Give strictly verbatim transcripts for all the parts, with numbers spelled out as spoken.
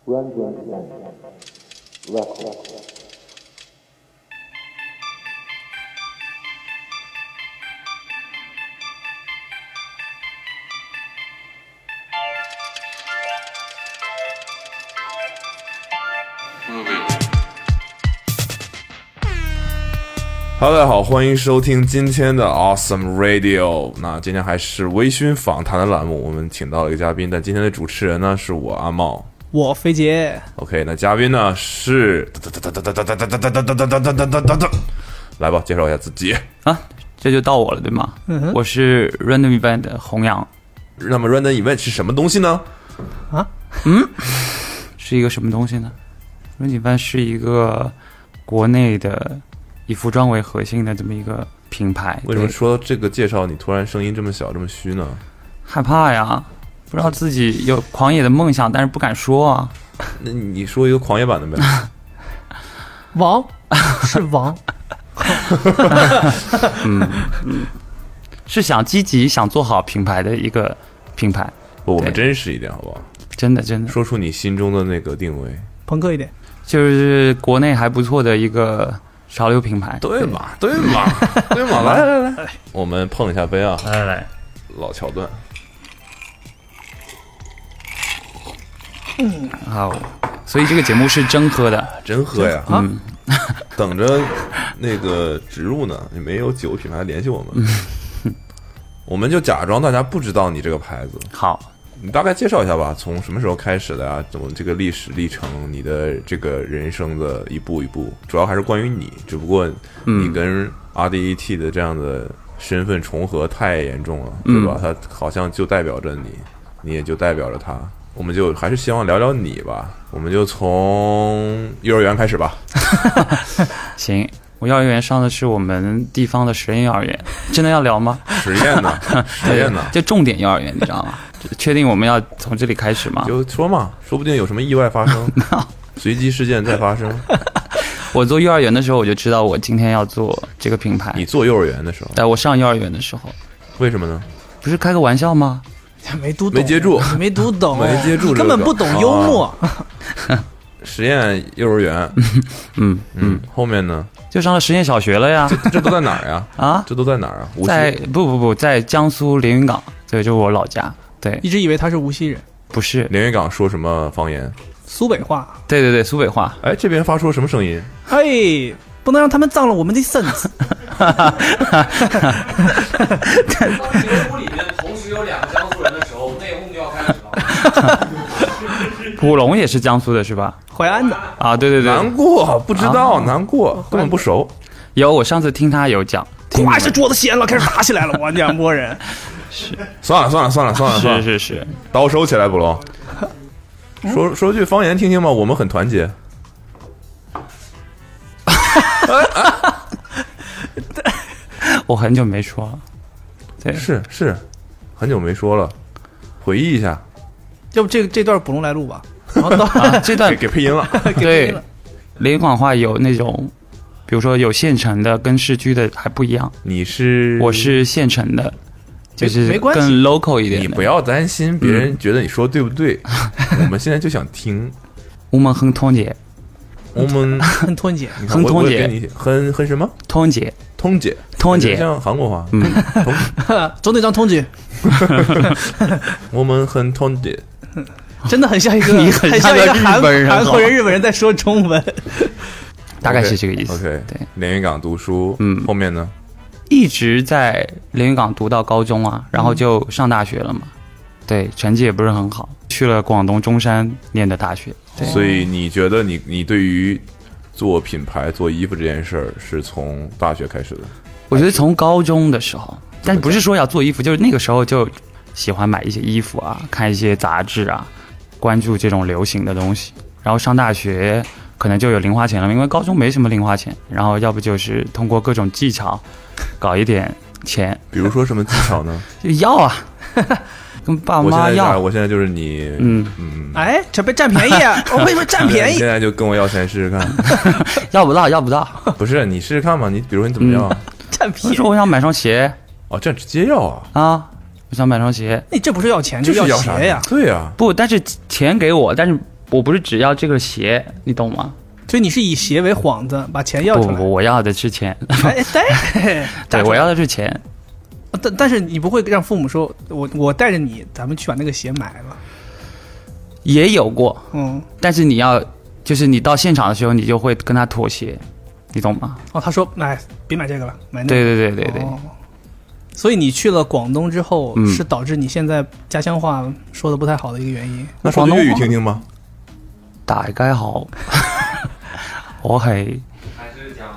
Random Record。 Hello， 大家好，欢迎收听今天的 Awesome Radio。那今天还是微醺访谈的栏目，我们请到了一个嘉宾，但今天的主持人呢是我阿茂， 我肥杰。 OK， 那嘉宾呢是，来吧，介绍一下自己啊，这就到我了，对吗？嗯、我是 Random Event 的弘扬。 那么 Random Event 是什么东西呢？ 啊，嗯，是一个什么东西呢 ？Random Event 是一个国内的。以服装为核心的这么一个品牌。 为什么说这个介绍你突然声音这么小这么虚呢？ 害怕呀，不知道自己有狂野的梦想，但是不敢说啊。 那你说一个狂野版的呗。 王是王。 嗯嗯，是想积极想做好品牌的一个品牌。 我们真实一点好不好？ 真的真的， 说出你心中的那个定位。 朋克一点， 就是国内还不错的一个潮流品牌。 对嘛对嘛对嘛，来来来，我们碰一下杯啊！ 来来来， 老桥段。 嗯，好，所以这个节目是真喝的， 真喝呀！ 嗯， 等着那个植入呢，你没有酒品牌联系我们，嗯、我们就假装大家不知道你这个牌子。 好。 你大概介绍一下吧，从什么时候开始的呀？怎么这个历史历程，你的这个人生的一步一步，主要还是关于你。只不过你跟 R D E T 的这样的身份重合太严重了，嗯、对吧？它好像就代表着你，你也就代表着他。我们就还是希望聊聊你吧，我们就从幼儿园开始吧。 行。我幼儿园上的是我们地方的实验幼儿园，真的要聊吗？ 实验呢？实验呢？ 就重点幼儿园，你知道吗？确定我们要从这里开始吗？ 就说嘛，说不定有什么意外发生，随机事件再发生。 我做幼儿园的时候，我就知道我今天要做这个品牌。 你做幼儿园的时候？ 对，我上幼儿园的时候。 为什么呢？ 不是开个玩笑吗？ 没读懂， 没接住， 没读懂， 没接住， 根本不懂幽默。 啊、实验幼儿园， 嗯嗯， 后面呢？ 就上了实验小学了呀。 这这都在哪儿呀？ 啊， 这都在哪儿啊？ 在不不不，在江苏连云港，对，就是我老家。对， 一直以为他是无锡人， 不是。 连云港说什么方言？ 苏北话。 对对对，苏北话。 哎，这边发出了什么声音？ 嘿，不能让他们脏了我们的身子。 节目里面同时有两个江苏人的时候，内讧就要开始了。 普龙也是江苏的是吧？ 淮安的啊，对对对。 难过，不知道，啊、难过，根本不熟。 有，我上次听他有讲， 咵一下桌子掀了，开始打起来了，我两拨人。 是， 算了算了算了算了算了， 是是是， 刀收起来，普龙。说说句方言听听吧，我们很团结。 我很久没说了，对， 是是，很久没说了，回忆一下。 要不这这段补龙来录吧？ 然后到、啊、这段给给配音了。 对，连云港话有那种，比如说有县城的跟市区的还不一样。 你是？ 我是县城的，就是更 local 一点的。 你不要担心别人觉得你说对不对，嗯、我们现在就想听。 我们很团结。 我们很团结， 很团结， 很很什么？ 团结， 团结， 团结， 像韩国话。 嗯，总队长团结。 我们很团结， 真的很像一个， 你很像一个韩人韩国人、日本人在说中文， 大概是这个意思。 OK，, okay 对， 连云港读书， 嗯， 后面呢？ 一直在连云港读到高中啊，然后就上大学了嘛。对，成绩也不是很好，去了广东中山念的大学。对， 所以你觉得你你对于做品牌、做衣服这件事儿是从大学开始的？ 我觉得从高中的时候，但不是说要做衣服，就是那个时候就喜欢买一些衣服啊，看一些杂志啊，关注这种流行的东西。然后上大学可能就有零花钱了，因为高中没什么零花钱，然后要不就是通过各种技巧搞一点钱。 比如说什么技巧呢？ 就要啊。跟爸妈要， 我现在就是你， 嗯嗯，哎，准备占便宜啊！我为什么占便宜？ 现在就跟我要钱试试看， 要不到，要不到。 不是你试试看嘛？你比如说你怎么要？ 嗯、占便宜。 我说我想买双鞋。 哦，这样直接要啊？ 啊，我想买双鞋。 你这不是要钱， 就是要鞋呀？ 对呀、啊。 不，但是钱给我，但是我不是只要这个鞋，你懂吗？ 所以你是以鞋为幌子，把钱要出来。 不不不，我要的是钱。 哎，对， 对，我要的是钱。 但但是你不会让父母说，我我带着你，咱们去把那个鞋买了。 也有过， 嗯， 但是你要，就是你到现场的时候，你就会跟他妥协，你懂吗？ 哦，他说，哎，别买这个了，买那个。 对对对对对。 哦，所以你去了广东之后， 嗯、 是导致你现在家乡话说的不太好的一个原因。 那说粤语听听吧。 大家好，我係。 还是讲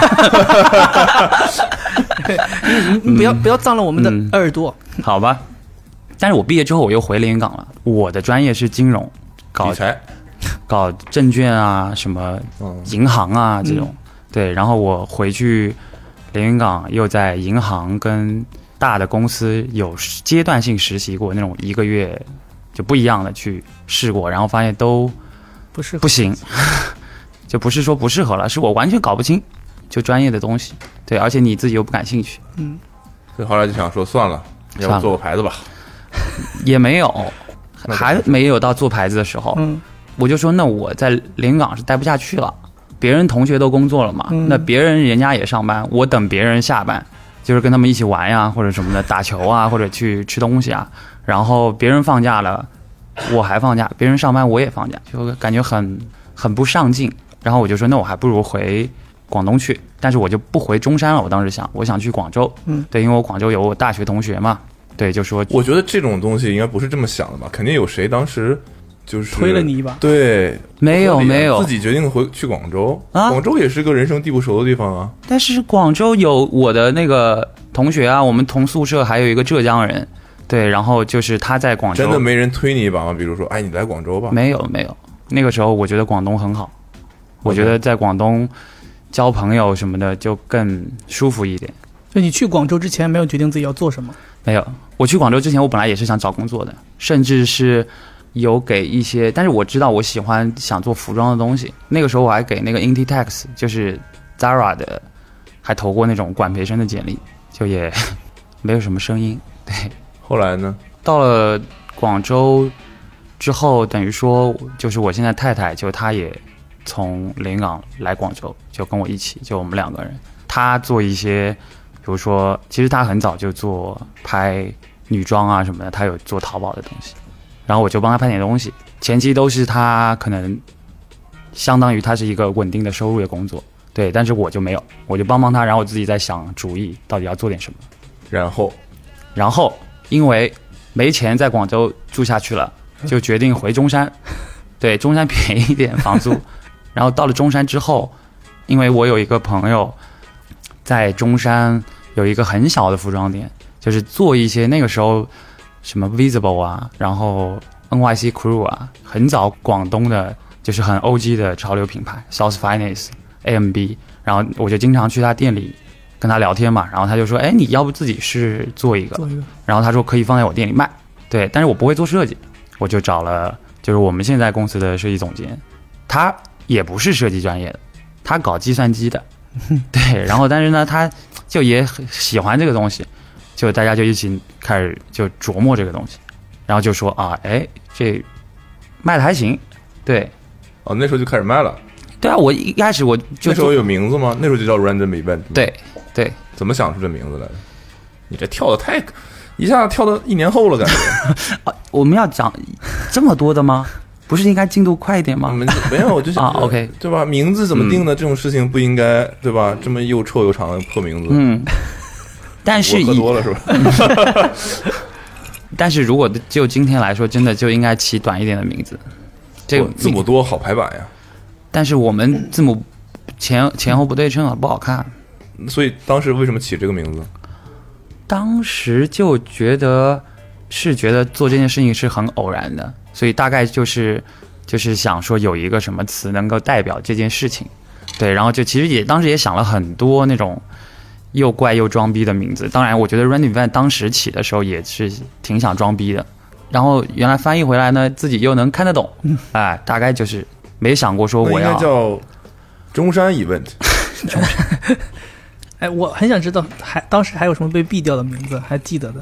你你不要不要脏了我们的耳朵。 嗯、好吧。但是我毕业之后我又回连云港了，我的专业是金融，搞理财， 搞证券啊，什么银行啊、嗯、这种。对，然后我回去连云港又在银行跟大的公司有阶段性实习过，那种一个月就不一样的去试过，然后发现都不适合， 不行，就不是说不适合了，是我完全搞不清就专业的东西。对，而且你自己又不感兴趣。 嗯， 所以后来就想说算了，要不做个牌子吧。 也没有，还没有到做牌子的时候。 嗯， 我就说那我在连云港是待不下去了，别人同学都工作了嘛， 嗯、 那别人人家也上班，我等别人下班，就是跟他们一起玩呀，或者什么的，打球啊，或者去吃东西啊。然后别人放假了，我还放假；别人上班我也放假，就感觉很很不上进。然后我就说那我还不如回广东去，但是我就不回中山了。我当时想，我想去广州。 嗯， 对，因为我广州有我大学同学嘛。对，就说我觉得这种东西应该不是这么想的吧？肯定有谁当时就是推了你一把。 对， 没有没有， 自己决定回去广州啊。 广州也是个人生地不熟的地方啊。 但是广州有我的那个同学啊，我们同宿舍还有一个浙江人，对，然后就是他在广州。 真的没人推你一把吗？比如说，哎，你来广州吧。 没有没有，那个时候我觉得广东很好，我觉得在广东交朋友什么的就更舒服一点。 就你去广州之前没有决定自己要做什么？ 没有，我去广州之前我本来也是想找工作的，甚至是有给一些，但是我知道我喜欢想做服装的东西。那个时候我还给那个 Inditex 就是 Zara 的还投过那种管培生的简历，就也没有什么声音。对， 后来呢？ 到了广州之后，等于说就是我现在太太就她也从连云港来广州，就跟我一起，就我们两个人。她做一些比如说其实她很早就做拍女装啊什么的，她有做淘宝的东西，然后我就帮她拍点东西，前期都是她可能相当于她是一个稳定的收入的工作，对，但是我就没有，我就帮帮她，然后我自己在想主意到底要做点什么。 然后然后因为没钱在广州住下去了，就决定回中山，对，中山便宜一点房租。然后到了中山之后，因为我有一个朋友在中山有一个很小的服装店，就是做一些那个时候什么 Visible 啊，然后 N Y C Crew 啊，很早广东的就是很 O G 的潮流品牌 South Finest、A M B， 然后我就经常去他店里跟他聊天嘛，然后他就说，哎，你要不自己是做一个， 做一个， 然后他说可以放在我店里卖，对，但是我不会做设计，我就找了就是我们现在公司的设计总监，他也不是设计专业的，他搞计算机的，对，然后但是呢，他就也很喜欢这个东西，就大家就一起开始就琢磨这个东西，然后就说啊，哎，这卖的还行，对， 哦，那时候就开始卖了。 对啊，我一开始我就那时候有名字吗？那时候就叫 Random Event。 对对， 怎么想出这名字来的？你这跳的太，一下跳到一年后了，感觉。 啊，我们要讲这么多的吗？不是应该进度快一点吗？ 没有，我就想啊 ，OK， 对吧？名字怎么定的、嗯、这种事情不应该对吧？这么又臭又长的破名字， 嗯，但是我喝多了是吧？ 但是如果就今天来说，真的就应该起短一点的名字。这个字母多好排版呀。 但是我们字母前前后不对称啊，不好看。 所以当时为什么起这个名字？ 当时就觉得是觉得做这件事情是很偶然的，所以大概就是就是想说有一个什么词能够代表这件事情，对，然后就其实也当时也想了很多那种又怪又装逼的名字。当然，我觉得 Running Event 当时起的时候也是挺想装逼的，然后原来翻译回来呢，自己又能看得懂，哎，大概就是没想过说我要那应该叫中山 Event。 中山哎，我很想知道，还当时还有什么被毙掉的名字还记得的？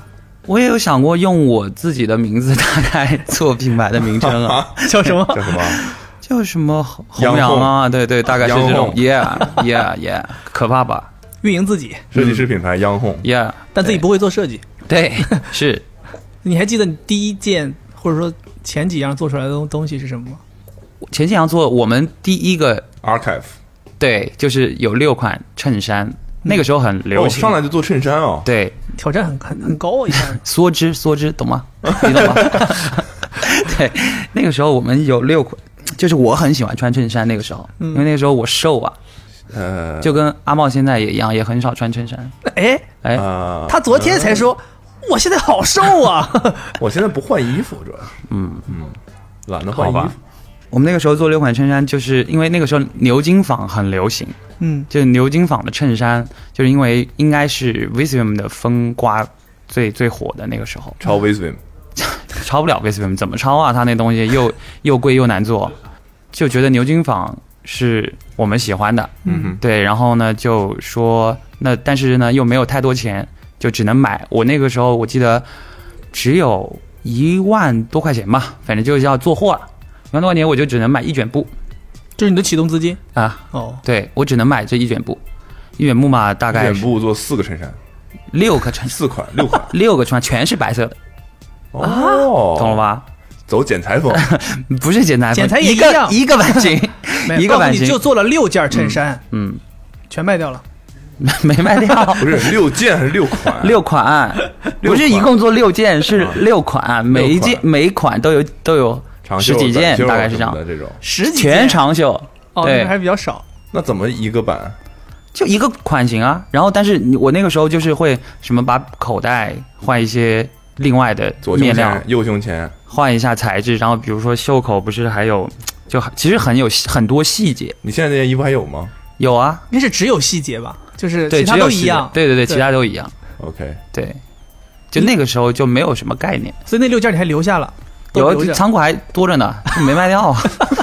我也有想过用我自己的名字大概做品牌的名称啊， 叫什么？ 叫什么？ 叫什么弘扬啊？对对，大概是这种。Yeah yeah yeah， 可怕吧？ 运营自己， 设计师品牌央红。 Yeah， 但自己不会做设计。 对，是。 你还记得你第一件或者说前几样做出来的东东西是什么吗？ 前几样做我们第一个 Archive， 对，就是有六款衬衫，嗯、那个时候很流行、 哦，上来就做衬衫哦。 对， 挑战很很很高一下。 梭织梭织，懂吗？你懂吗？对，那个时候我们有六款，就是我很喜欢穿衬衫，那个时候，嗯、因为那个时候我瘦啊。 呃， 就跟阿茂现在也一样，也很少穿衬衫。 哎哎、 呃， 他昨天才说。我现在好瘦啊！ 我现在不换衣服，主要是嗯嗯，懒得换衣服。 我们那个时候做六款衬衫，就是因为那个时候牛津纺很流行， 嗯， 就是牛津纺的衬衫，就是因为应该是 Visvim 的风刮最最火的那个时候， 抄 Visvim， 抄不了 Visvim， 怎么抄啊？它那东西又又贵又难做，就觉得牛津纺是我们喜欢的， 嗯， 对，然后呢就说那但是呢又没有太多钱。就只能买，我那个时候我记得只有一万多块钱吧，反正就是要做货了。一万多块钱我就只能买一卷布， 这是你的启动资金啊？ 哦， 对，我只能买这一卷布，一卷布嘛，大概一卷布做四个衬衫， 六个衬四款六款六个衬衫全是白色的。 哦， 懂了吧？ 走剪裁风， 不是剪裁风， 剪裁也一一样， 一个版型，一个版型， 你就做了六件衬衫， 嗯，嗯全卖掉了。 没卖掉， 不是六件还是六款？ 六款，不是一共做六件，是六款，每一件每一款都有都有十几件，大概是这样的这种， 十几全长袖， 哦，那还比较少。 那怎么一个版？ 就一个款型啊。然后，但是我那个时候就是会什么把口袋换一些另外的面料， 右胸前换一下材质，然后比如说袖口不是还有，就其实很有很多细节。 你现在这件衣服还有吗？ 有啊， 那是只有细节吧？就是其他都一样， 对对对，其他都一样。 OK， 对，就那个时候就没有什么概念， 所以那六件你还留下了， 有仓库还多着呢，没卖掉啊。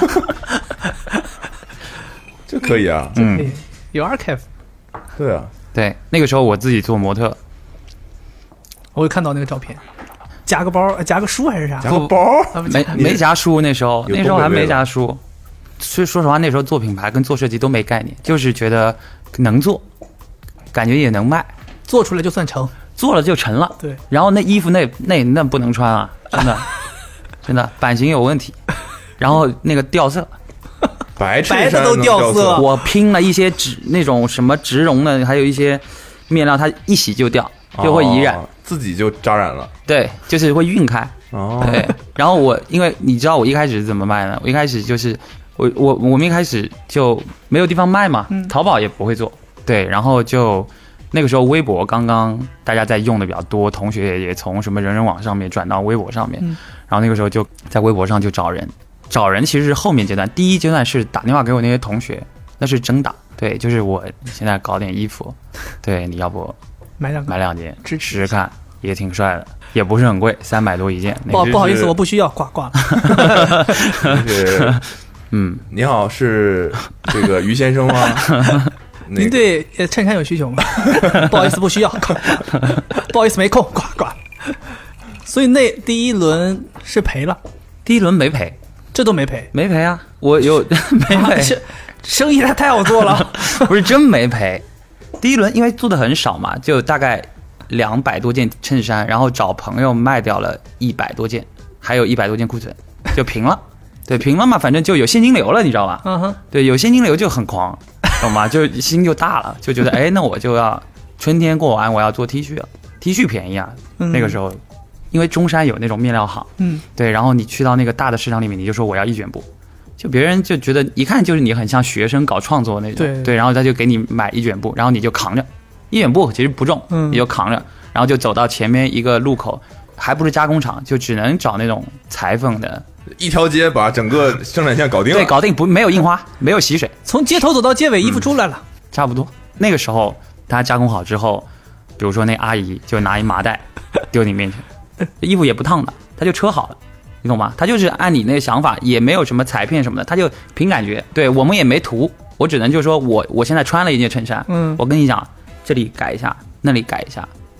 这可以啊， 嗯， 有 archive。 对啊， 对，那个时候我自己做模特， 我会看到那个照片，夹个包，夹个书还是啥？ 夹个包， 没没夹书，那时候那时候还没夹书。所以说实话，那时候做品牌跟做设计都没概念，就是觉得能做，感觉也能卖， 做出来就算成， 做了就成了。 对， 然后那衣服那那那不能穿啊，真的，真的版型有问题，然后那个掉色， 白白的都掉色。 我拼了一些植那种什么植绒的，还有一些面料，它一洗就掉，就会易染， 哦、自己就扎染了。 对，就是会晕开。 哦， 对，然后我因为你知道我一开始是怎么卖呢？我一开始就是。我我我们一开始就没有地方卖嘛， 嗯、 淘宝也不会做，对，然后就那个时候微博刚刚大家在用的比较多，同学也从什么人人网上面转到微博上面， 嗯、 然后那个时候就在微博上就找人，找人其实是后面阶段，第一阶段是打电话给我那些同学，那是真打，对，就是我现在搞点衣服，对，你要不买两买两件试试看，也挺帅的，也不是很贵，三百多一件。 不不好意思，我不需要，挂挂了。 是。 嗯， 你好，是这个于先生吗？那个、 您对衬衫有需求吗？不好意思，不需要。不好意思，没空，挂挂。所以那第一轮是赔了， 第一轮没赔， 这都没赔， 没赔啊！我有没赔、啊， 生意太太好做了， 不是真没赔。第一轮因为做的很少嘛，就大概两百多件衬衫，然后找朋友卖掉了一百多件，还有一百多件库存，就平了。对，平了嘛，反正就有现金流了，你知道吧？ 嗯哼， 对，有现金流就很狂，懂吗？就心就大了，就觉得哎，那我就要春天过完，我要做 T 恤了 ，T 恤便宜啊。 嗯、 那个时候，因为中山有那种面料行， 嗯， 对，然后你去到那个大的市场里面，你就说我要一卷布，就别人就觉得一看就是你很像学生搞创作那种， 对对，然后他就给你买一卷布，然后你就扛着，一卷布其实不重， 嗯， 你就扛着，然后就走到前面一个路口。还不是加工厂，就只能找那种裁缝的， 一条街把整个生产线搞定了。 对，搞定，不没有印花，没有洗水， 从街头走到街尾，衣服出来了， 嗯、差不多。那个时候，他加工好之后，比如说那阿姨就拿一麻袋丢你面前，衣服也不烫的，他就车好了，你懂吗？他就是按你那个想法，也没有什么裁片什么的，他就凭感觉。对我们也没图，我只能就说我我现在穿了一件衬衫， 嗯， 我跟你讲，这里改一下，那里改一下。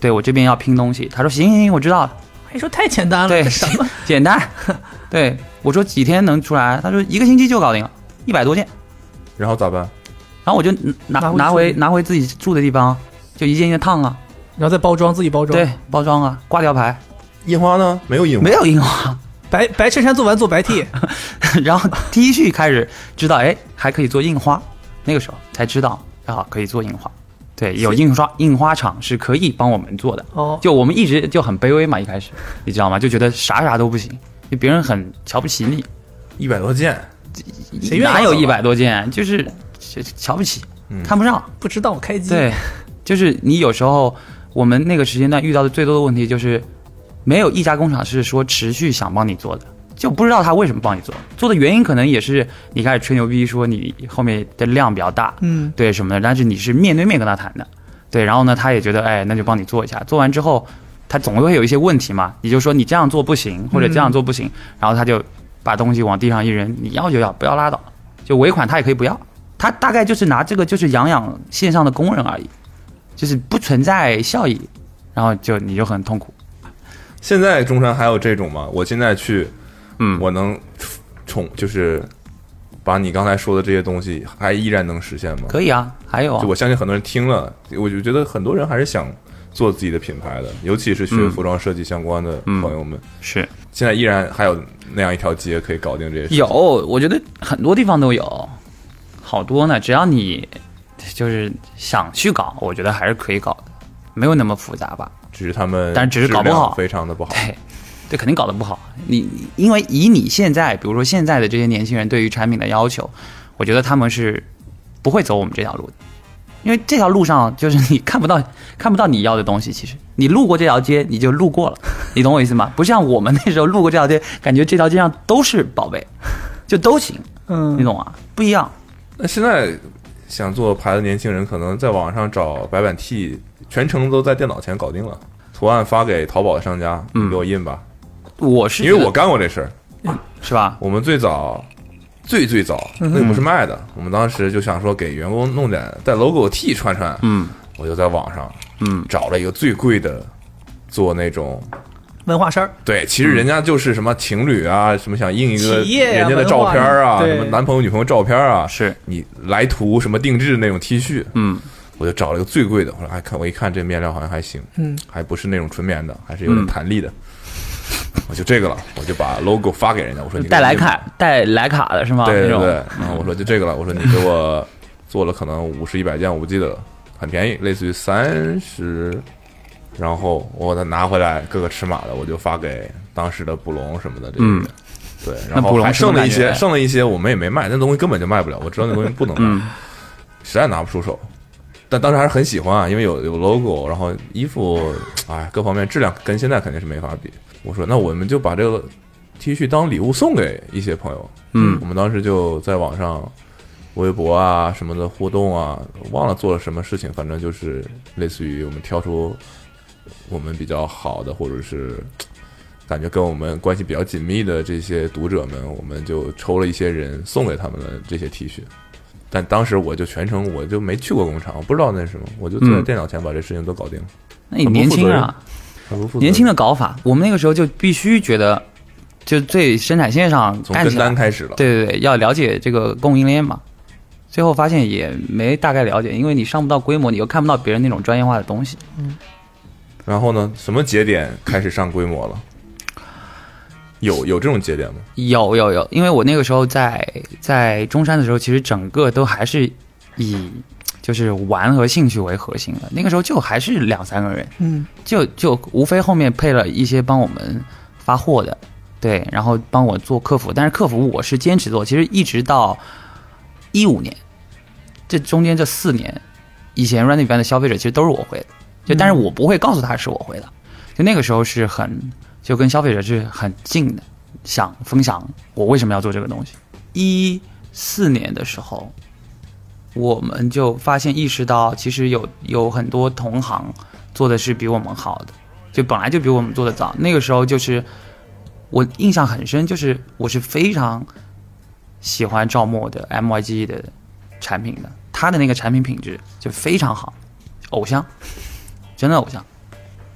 对我这边要拼东西。他说行行行，我知道了。 你说太简单了， 对， 这什么？ 简单。对我说几天能出来？他说一个星期就搞定了，一百多件。 然后咋办？ 然后我就拿拿回拿回住拿回自己住的地方，就一件一件烫啊， 然后再包装，自己包装。 对，包装啊，挂吊牌， 印花呢？没有印花， 没有印花。 白白衬衫做完做白 T， 然后 T 恤开始知道，哎，还可以做印花，那个时候才知道啊，可以做印花。对，有印刷印花厂是可以帮我们做的。 哦， 就我们一直就很卑微嘛，一开始你知道吗？就觉得啥啥都不行，就别人很瞧不起你。 一百多件， 谁愿意哪有一百多件？就是就瞧不起， 嗯看不上。 不知道我开机。 对，就是你有时候我们那个时间段遇到的最多的问题就是，没有一家工厂是说持续想帮你做的，就不知道他为什么帮你做。做的原因可能也是你开始吹牛逼说你后面的量比较大， 嗯， 对什么的，但是你是面对面跟他谈的，对，然后呢，他也觉得哎，那就帮你做一下。做完之后，他总会有一些问题嘛，你就说你这样做不行，或者这样做不行，嗯、然后他就把东西往地上一扔，你要就要，不要拉倒。就尾款他也可以不要，他大概就是拿这个就是养养线上的工人而已，就是不存在效益，然后就你就很痛苦。 现在中山还有这种吗？我现在去， 嗯， 我能冲就是把你刚才说的这些东西，还依然能实现吗？ 可以啊，还有啊， 就我相信很多人听了，我就觉得很多人还是想做自己的品牌的，尤其是学服装设计相关的朋友们。 嗯、是， 现在依然还有那样一条街可以搞定这些事情。 有，我觉得很多地方都有，好多呢。只要你就是想去搞，我觉得还是可以搞的，没有那么复杂吧。 只是他们， 但是只是搞不好， 非常的不好。 对，对，肯定搞得不好。你因为以你现在，比如说现在的这些年轻人对于产品的要求，我觉得他们是不会走我们这条路的，因为这条路上就是你看不到看不到你要的东西。其实你路过这条街，你就路过了，你懂我意思吗？不像我们那时候路过这条街，感觉这条街上都是宝贝，就都行。 嗯， 你懂吗？不一样。 那现在想做牌的年轻人，可能在网上找白板 T。全程都在电脑前搞定了，图案发给淘宝的商家，你给我印吧。 嗯、我是因为我干过这事儿， 是吧？ 我们最早最最早那个不是卖的，我们当时就想说给员工弄点带 logo T 穿穿， 嗯， 我就在网上嗯找了一个最贵的，做那种文化衫。 对，其实人家就是什么情侣啊，什么想印一个人家的啊、 照片啊，什么男朋友女朋友照片啊， 是你来图什么定制那种 T 恤， 嗯。 我就找了一个最贵的，我说哎看我一看这面料好像还行， 嗯， 还不是那种纯棉的，还是有点弹力的，嗯、我就这个了，我就把 logo 发给人家，我说你带徕卡带徕卡的是吗？ 对对对，然后我说就这个了，我说你给我做了可能五十一百件，我不记得了，很便宜，类似于三十，然后我再拿回来各个尺码的，我就发给当时的布隆什么的这些人。嗯对，然后还剩了一些，剩了一些我们也没卖，那东西根本就卖不了，我知道那东西不能卖，嗯、实在拿不出手。但当时还是很喜欢啊，因为有有 logo， 然后衣服，哎，各方面质量跟现在肯定是没法比。我说那我们就把这个 T 恤当礼物送给一些朋友。 嗯， 我们当时就在网上、微博啊什么的互动啊，忘了做了什么事情，反正就是类似于我们挑出我们比较好的，或者是感觉跟我们关系比较紧密的这些读者们，我们就抽了一些人送给他们的这些 T 恤。但当时我就全程我就没去过工厂，我不知道那是什么，我就坐在电脑前把这事情都搞定了。 那你年轻啊，年轻的搞法，我们那个时候就必须觉得，就最生产线上从跟单开始了。 对对对，要了解这个供应链嘛。最后发现也没大概了解，因为你上不到规模，你又看不到别人那种专业化的东西。 嗯。 然后呢，什么节点开始上规模了？有有这种节点吗？ 有有有，因为我那个时候在在中山的时候，其实整个都还是以就是玩和兴趣为核心的。那个时候就还是两三个人， 嗯， 就就无非后面配了一些帮我们发货的，对，然后帮我做客服，但是客服我是坚持做，其实一直到一五年，这中间这四年，以前 Running Man 的消费者其实都是我会的，就但是我不会告诉他是我会的，就那个时候是很。就跟消费者是很近的，想分享我为什么要做这个东西。一四年的时候，我们就发现意识到，其实有有很多同行做的是比我们好的，就本来就比我们做的早。那个时候就是我印象很深，就是我是非常喜欢赵默的 M Y G 的产品的，他的那个产品品质就非常好，偶像，真的偶像。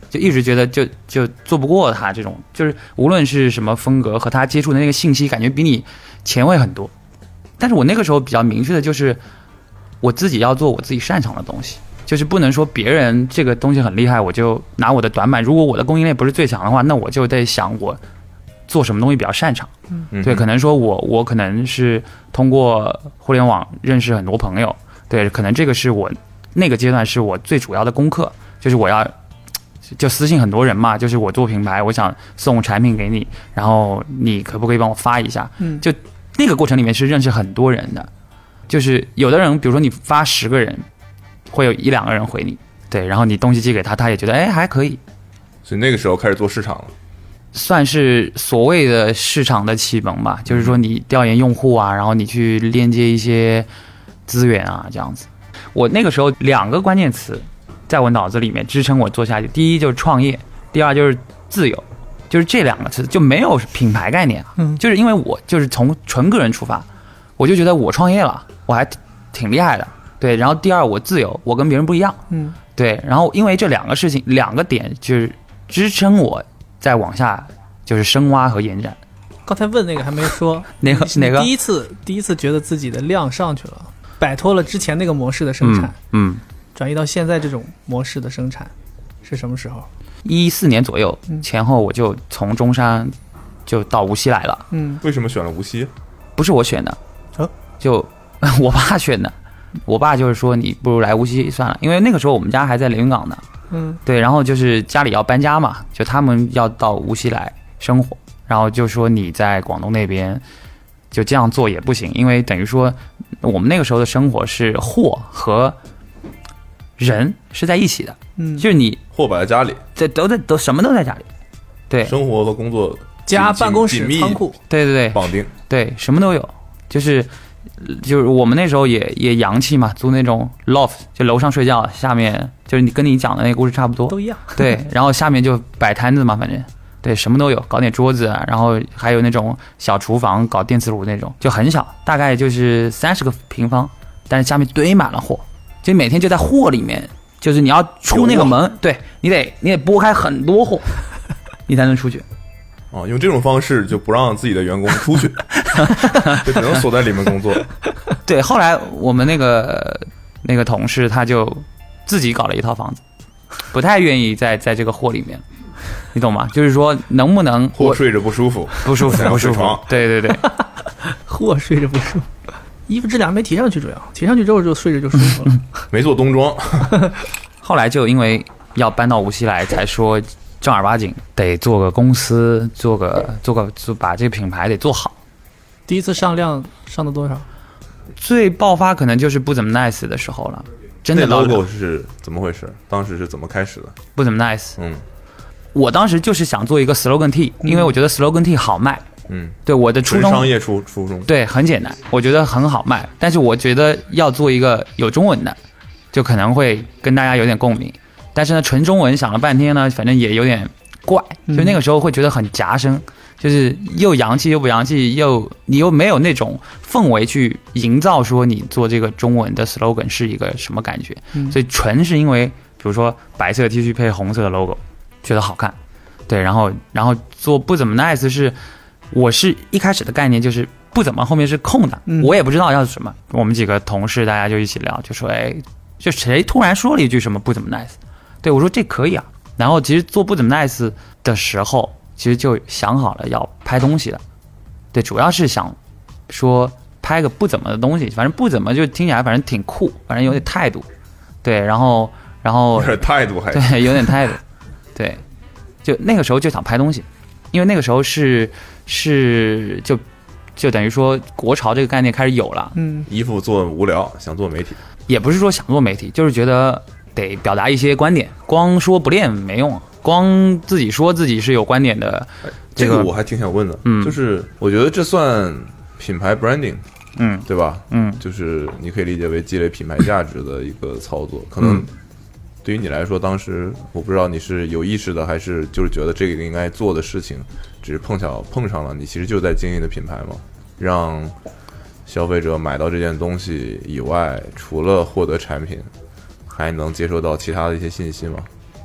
就一直觉得就就做不过他这种，就是无论是什么风格和他接触的那个信息，感觉比你前卫很多。但是我那个时候比较明确的就是，我自己要做我自己擅长的东西，就是不能说别人这个东西很厉害，我就拿我的短板。如果我的供应链不是最强的话，那我就得想我做什么东西比较擅长。 嗯， 对，可能说我我可能是通过互联网认识很多朋友，对，可能这个是我那个阶段是我最主要的功课，就是我要就私信很多人嘛，就是我做品牌，我想送产品给你，然后你可不可以帮我发一下？ 嗯， 就那个过程里面是认识很多人的，就是有的人，比如说你发十个人，会有一两个人回你，对，然后你东西寄给他，他也觉得哎还可以， 所以那个时候开始做市场了。 算是所谓的市场的启蒙吧，就是说你调研用户啊，然后你去链接一些资源啊，这样子。我那个时候两个关键词在我脑子里面支撑我做下去，第一就是创业，第二就是自由，就是这两个词就没有品牌概念啊。 嗯， 就是因为我就是从纯个人出发，我就觉得我创业了，我还挺厉害的，对。然后第二我自由，我跟别人不一样， 嗯， 对。然后因为这两个事情，两个点就是支撑我再往下就是深挖和延展。 刚才问那个还没说， 哪个哪个？ 第一次第一次觉得自己的量上去了，摆脱了之前那个模式的生产， 嗯，嗯转移到现在这种模式的生产，是什么时候？ 一四年左右前后，我就从中山就到无锡来了。 嗯， 为什么选了无锡？ 不是我选的， 哦， 就我爸选的。我爸就是说你不如来无锡算了，因为那个时候我们家还在连云港呢。 嗯， 对，然后就是家里要搬家嘛，就他们要到无锡来生活，然后就说你在广东那边就这样做也不行，因为等于说我们那个时候的生活是货和人是在一起的， 嗯， 就是你货摆在家里， 这都在都什么都在家里，对， 生活和工作家、办公室、 紧密仓库， 对对对， 绑定， 对，什么都有，就是就是我们那时候也也洋气嘛，租那种 loft， 就楼上睡觉，下面就是你跟你讲的那个故事差不多， 都一样。 对，然后下面就摆摊子嘛，反正对什么都有，搞点桌子，然后还有那种小厨房，搞电磁炉那种，就很小，大概就是三十个平方，但是下面堆满了货，就每天就在货里面，就是你要出那个门，对你得你得拨开很多货，你才能出去。 哦，用这种方式就不让自己的员工出去，就只能锁在里面工作。 对，后来我们那个那个同事他就自己搞了一套房子，不太愿意在在这个货里面，你懂吗？就是说能不能货睡着不舒服， 不舒服不舒服，对对对， 货睡着不舒服，衣服质量没提上去，主要提上去之后就睡着就舒服了。 没做冬装。 后来就因为要搬到无锡来，才说正儿八经得做个公司，做个做个做把这个品牌得做好。 第一次上量上的多少？ 最爆发可能就是不怎么 nice 的时候了，真的那 logo 是怎么回事？当时是怎么开始的？ 不怎么 nice。 嗯， 我当时就是想做一个 slogan T， 因为我觉得 slogan T 好卖。 嗯， 对，我的初衷商业初初衷， 对，很简单，我觉得很好卖。但是我觉得要做一个有中文的，就可能会跟大家有点共鸣。但是呢，纯中文想了半天呢，反正也有点怪，就那个时候会觉得很夹生，就是又洋气又不洋气，又你又没有那种氛围去营造说你做这个中文的 slogan 是一个什么感觉。 嗯， 所以纯是因为比如说白色 T 恤配红色的 logo 觉得好看，对，然后然后做不怎么 nice 是我是一开始的概念就是不怎么后面是空的， 嗯， 我也不知道要什么。我们几个同事大家就一起聊，就说哎，就谁突然说了一句什么不怎么 nice， 对我说这可以啊。然后其实做不怎么 nice 的时候，其实就想好了要拍东西了，对，主要是想说拍个不怎么的东西，反正不怎么就听起来反正挺酷，反正有点态度，对，然后然后有点态度还对，有点态度，对，就那个时候就想拍东西，因为那个时候是是就就等于说国潮这个概念开始有了， 嗯， 衣服做无聊，想做媒体， 也不是说想做媒体，就是觉得得表达一些观点，光说不练没用，光自己说自己是有观点的， 这个我还挺想问的， 嗯， 就是我觉得这算品牌 branding， 嗯， 对吧？ 嗯， 就是你可以理解为积累品牌价值的一个操作，可能对于你来说，当时我不知道你是有意识的，还是就是觉得这个应该做的事情，只是碰巧碰上了，你其实就在经营的品牌嘛，让消费者买到这件东西以外，除了获得产品，还能接收到其他的一些信息吗？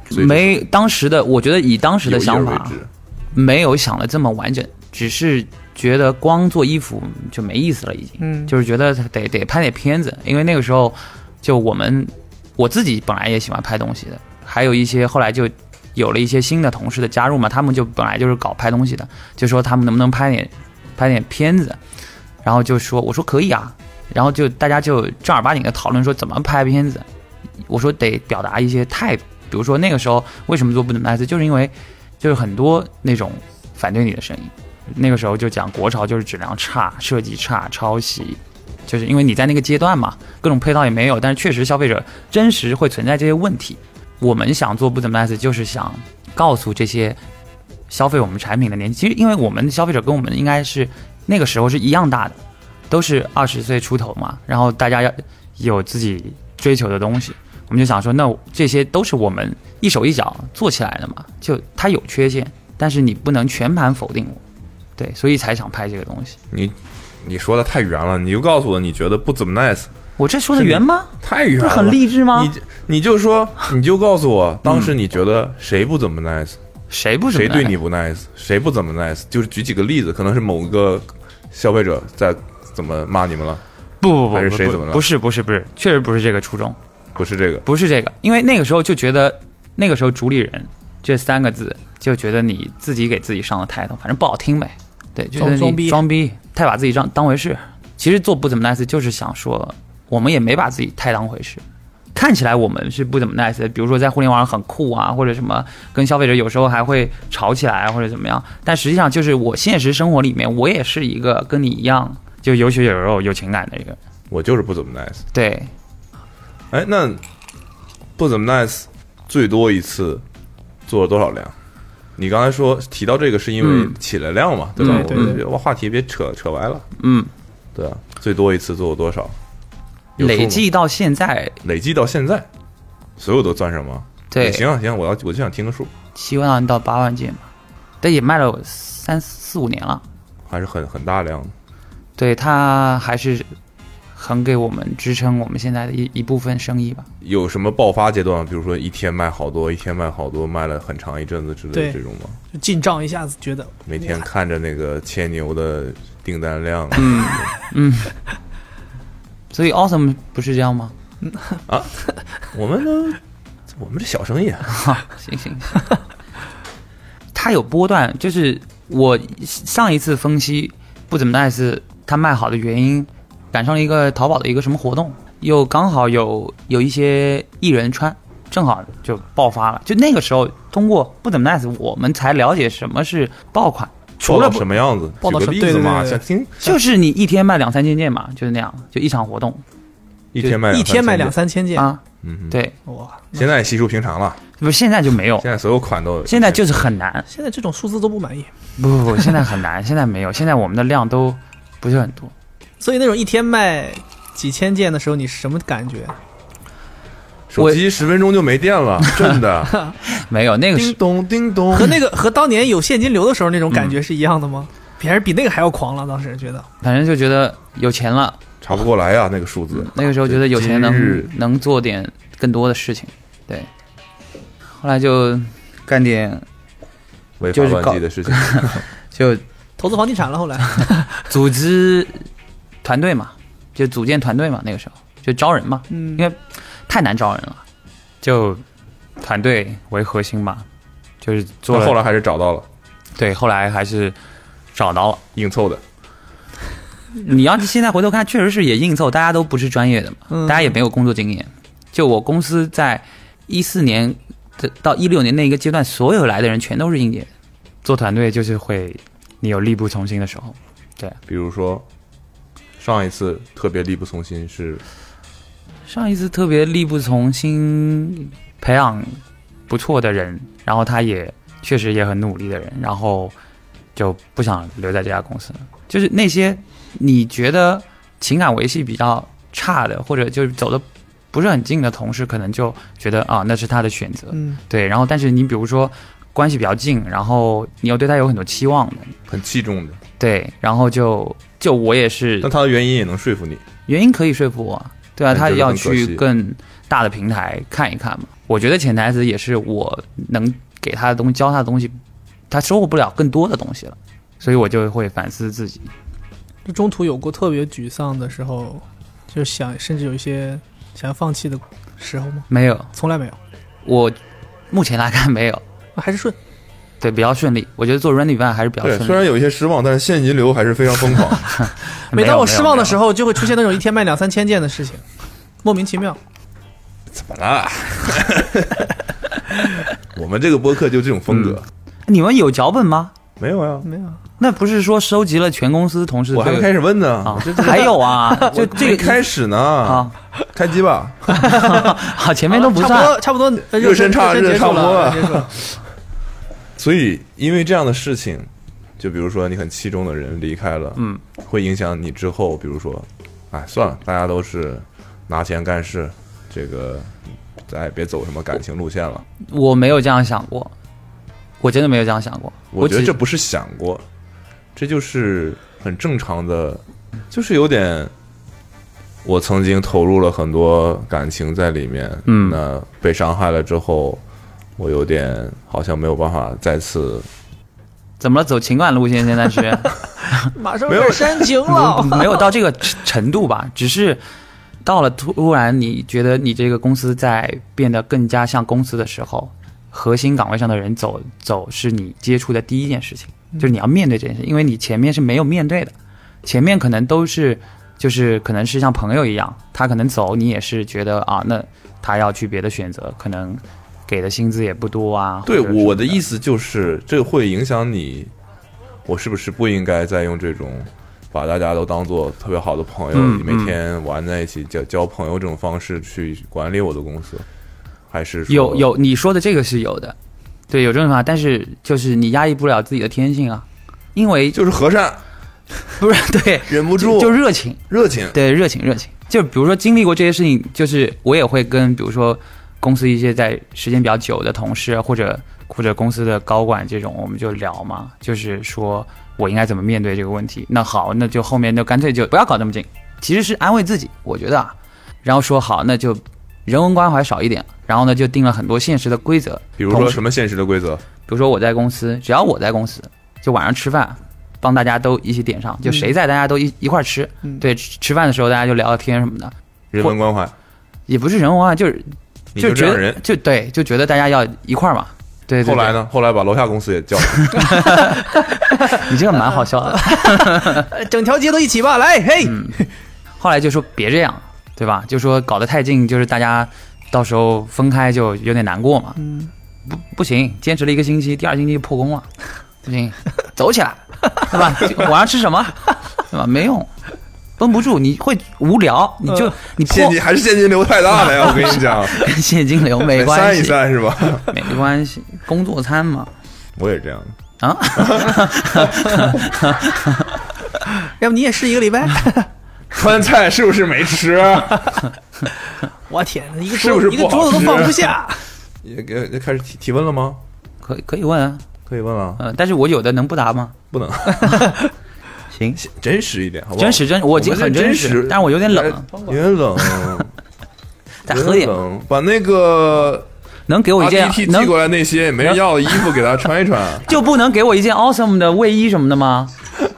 没当时的，我觉得以当时的想法有意而为之， 没有想的这么完整，只是觉得光做衣服就没意思了，已经， 嗯就是觉得得得拍点片子，因为那个时候就我们我自己本来也喜欢拍东西的，还有一些后来就有了一些新的同事的加入嘛，他们就本来就是搞拍东西的，就说他们能不能拍点拍点片子，然后就说我说可以啊，然后就大家就正儿八经的讨论说怎么拍片子，我说得表达一些态度，比如说那个时候为什么做不怎么 nice， 就是因为就是很多那种反对你的声音，那个时候就讲国潮就是质量差、设计差、抄袭，就是因为你在那个阶段嘛，各种配套也没有，但是确实消费者真实会存在这些问题。我们想做不怎么 nice， 就是想告诉这些消费我们产品的年纪，其实因为我们的消费者跟我们应该是那个时候是一样大的，都是二十岁出头嘛，然后大家要有自己追求的东西，我们就想说，那这些都是我们一手一脚做起来的嘛，就它有缺陷，但是你不能全盘否定我，对，所以才想拍这个东西。 你你说的太圆了，你就告诉我你觉得不怎么 nice， 我这说的圆吗？ 太圆了， 不是很励志吗？ 你你就说，你就告诉我，当时你觉得谁不怎么 nice，、 谁不怎么谁对你不 nice， 谁不怎么 nice， 就是举几个例子，可能是某个消费者在怎么骂你们了， 不不不， 还是谁怎么了？ 不是不是不是，确实不是这个初衷， 不是这个， 不是这个，因为那个时候就觉得，那个时候主理人这三个字就觉得你自己给自己上了抬头，反正不好听呗，对，就觉得你装逼装逼，太把自己当当回事。其实做不怎么 nice 就是想说，我们也没把自己太当回事。看起来我们是不怎么 nice 的，比如说在互联网上很酷啊，或者什么跟消费者有时候还会吵起来或者怎么样，但实际上就是我现实生活里面我也是一个跟你一样就有血有肉有情感的一个人。 我就是不怎么 nice。 对， 哎，那不怎么 nice 最多一次做了多少辆？你刚才说提到这个是因为嗯起了量嘛，对吧？ 对对对我们哇话题别扯扯歪了。 嗯， 对啊，最多一次做过多少？有数吗累计到现在， 累计到现在，所有都算上吗？ 对， 行啊行啊，我要我就想听个数， 七万到八万件吧，但也卖了三四五年了。 还是很很大量的。 对，它还是很给我们支撑我们现在的一一部分生意吧。 有什么爆发阶段？比如说一天卖好多，一天卖好多，卖了很长一阵子之类对的这种吗？ 就进账一下子觉得每天看着那个牵牛的订单量， 嗯嗯，所以 Awesome 不是这样吗？ 啊，我们呢，我们这小生意啊， 行行行，它有波段，就是我上一次分析不怎么 nice 它卖好的原因，赶上了一个淘宝的一个什么活动，又刚好有有一些艺人穿，正好就爆发了。就那个时候，通过不怎么 nice， 我们才了解什么是爆款。除了报道什么样子？ 报道举个例子嘛， 对对对对想听就是你一天卖两三千件嘛，就是那样，就一场活动一天卖一天卖两三三千件， 啊。 千，嗯哼， 对， 哇！ 现在稀疏平常了， 不是现在就没有， 现在所有款都有， 现在就是很难。 现在这种数字都不满意， 不不不，现在很难，现在没有，现在我们的量都不是很多。 所以那种一天卖几千件的时候，你是什么感觉？ 手机十分钟就没电了，真的。 没有那个叮是咚叮咚， 和那个和当年有现金流的时候那种感觉是一样的吗？别人比那个还要狂了，当时觉得。 反正就觉得有钱了， 查不过来呀，那个数字。 那个时候觉得有钱今日能能做点更多的事情，对。后来就干点违法就是搞乱纪的事情， 就投资房地产了，后来组织团队嘛，就组建团队嘛，那个时候就招人嘛， 嗯因为太难招人了，就团队为核心嘛，就是做了那后来还是找到了， 对，后来还是找到了。 硬凑的。 你要现在回头看，确实是也硬凑，大家都不是专业的嘛， 嗯大家也没有工作经验。就我公司在一四年到一六年那一个阶段，所有来的人全都是应届人，做团队就是会你有力不从心的时候。对， 比如说上一次特别力不从心是上一次特别力不从心培养不错的人，然后他也确实也很努力的人，然后就不想留在这家公司了。就是那些你觉得情感维系比较差的，或者就是走的不是很近的同事，可能就觉得啊那是他的选择， 嗯， 对。然后但是你比如说关系比较近，然后你又对他有很多期望的， 很器重的， 对，然后就就我也是但他的原因也能说服你。 原因可以说服我， 对啊，他要但就是很可惜去更大的平台看一看嘛。我觉得潜台词也是我能给他的东西，教他的东西，他收获不了更多的东西了，所以我就会反思自己。 就中途有过特别沮丧的时候，就想甚至有一些想要放弃的时候吗？ 没有， 从来没有， 我目前来看没有， 啊还是顺。 对，比较顺利。我觉得做 Running Van 还是比较顺对， 利。 虽然有一些失望，但是现金流还是非常疯狂。 每当我失望的时候， 候，就会出现那种一天卖两三千件的事情，莫名其妙。 怎么了？我们这个播客就这种风格。 嗯、你们有脚本吗？ 没有呀， 没有。 那不是说收集了全公司同事？ 我还没开始问呢。 啊、还有啊，就这个开始呢。 啊， 开机吧。 好，前面都不算， 差不多，差不多热身差热差不多了。 所以，因为这样的事情，就比如说你很器重的人离开了， 嗯， 会影响你之后，比如说，哎，算了，大家都是拿钱干事，这个咱也别走什么感情路线了。 我没有这样想过，我真的没有这样想过。 我觉得这不是想过，这就是很正常的，就是有点，我曾经投入了很多感情在里面， 嗯， 那被伤害了之后。我有点好像没有办法再次， 怎么了？走情感路线现在是， 马上有点煽情了， 没有到这个程度吧？只是到了突然你觉得你这个公司在变得更加像公司的时候，核心岗位上的人走走是你接触的第一件事情，就是你要面对这件事，因为你前面是没有面对的，前面可能都是就是可能是像朋友一样，他可能走，你也是觉得啊，那他要去别的选择，可能。给的薪资也不多啊。 对，我的意思就是，这会影响你，我是不是不应该再用这种把大家都当做特别好的朋友， 嗯、 每天玩在一起交交朋友这种方式去管理我的公司？还是说有有你说的这个是有的，对，有这种方法，但是就是你压抑不了自己的天性啊，因为就是和善， 不是对， 忍不住就, 就热情， 热情， 对，热情热情。就比如说经历过这些事情，就是我也会跟比如说。公司一些在时间比较久的同事，或者或者公司的高管这种，我们就聊嘛，就是说我应该怎么面对这个问题。那好，那就后面就干脆就不要搞这么紧，其实是安慰自己，我觉得啊。然后说好，那就人文关怀少一点，然后呢就定了很多现实的规则。 比如说什么现实的规则？ 比如说我在公司，只要我在公司，就晚上吃饭，帮大家都一起点上，就谁在大家都一一块吃。 嗯、 对，吃饭的时候大家就聊聊天什么的。 人文关怀也不是人文关怀，就是。 你就觉得就对，就觉得大家要一块儿嘛。对, 对, 对。 后来呢？后来把楼下公司也叫。 你这个蛮好笑的。 整条街都一起吧，来嘿、 嗯。后来就说别这样，对吧？就说搞得太近，就是大家到时候分开就有点难过嘛。 嗯。 不不行，坚持了一个星期，第二星期就破功了，不行，走起来，对吧？晚上吃什么？对吧？没用。绷不住，你会无聊，你就、呃、你现金还是现金流太大了呀！我跟你讲， 跟现金流没关系， 散一散是吧？ 没关系，工作餐嘛。 我也这样啊。 要不你也试一个礼拜？ 川菜是不是没吃？ 我天哪，一个是不是一个桌子都放不下？ 也给也开始提提问了吗？ 可以可以问啊， 可以问啊。 嗯、呃，但是我有的能不答吗？ 不能。 行， 真实一点，好不好？ 真实真，我已经很真实，但是我有点冷， 有点冷。 再喝点， 把那个能给我一件 R D T 寄过来那些没人要的衣服给他穿一穿， 就不能给我一件 awesome 的卫衣什么的吗？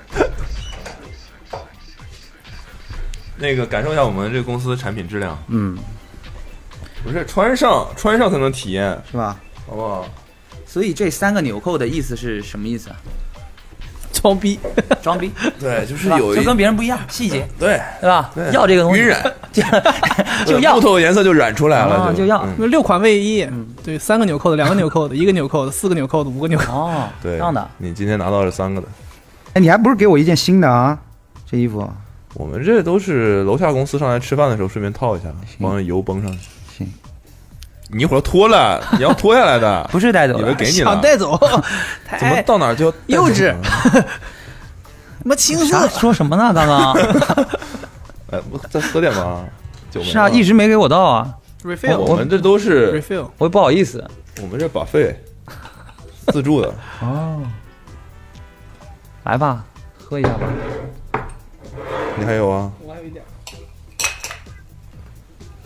那个感受一下我们这个公司的产品质量。 嗯， 不是穿上穿上才能体验， 是吧？ 好不好？ 所以这三个纽扣的意思是什么意思啊？ 装逼， 装逼， 对，就是有就跟别人不一样，细节， 对， 对吧？对要这个东西， 晕染， 就就要木头的颜色就染出来了， 啊、就要、 嗯、六款卫衣，嗯，对，三个纽扣的，两个纽扣的，一个纽扣的，四个纽扣的，五个纽扣。 哦， 对， 这样的。 你今天拿到了三个的， 哎，你还不是给我一件新的啊？这衣服， 我们这都是楼下公司上来吃饭的时候顺便套一下，帮油绷上去。 行。 你一会儿脱了，你要脱下来的， 不是带走， 以为给你了， 想带走， 怎么到哪儿就幼稚，什么青涩？ 说什么呢？刚刚， 哎，不再喝点吧，酒没是啊，一直没给我倒啊。 refill， 我们这都是 refill， 我也不好意思， 我们这把费自助的哦。来吧，喝一下吧。 你还有啊？ 我还有一点。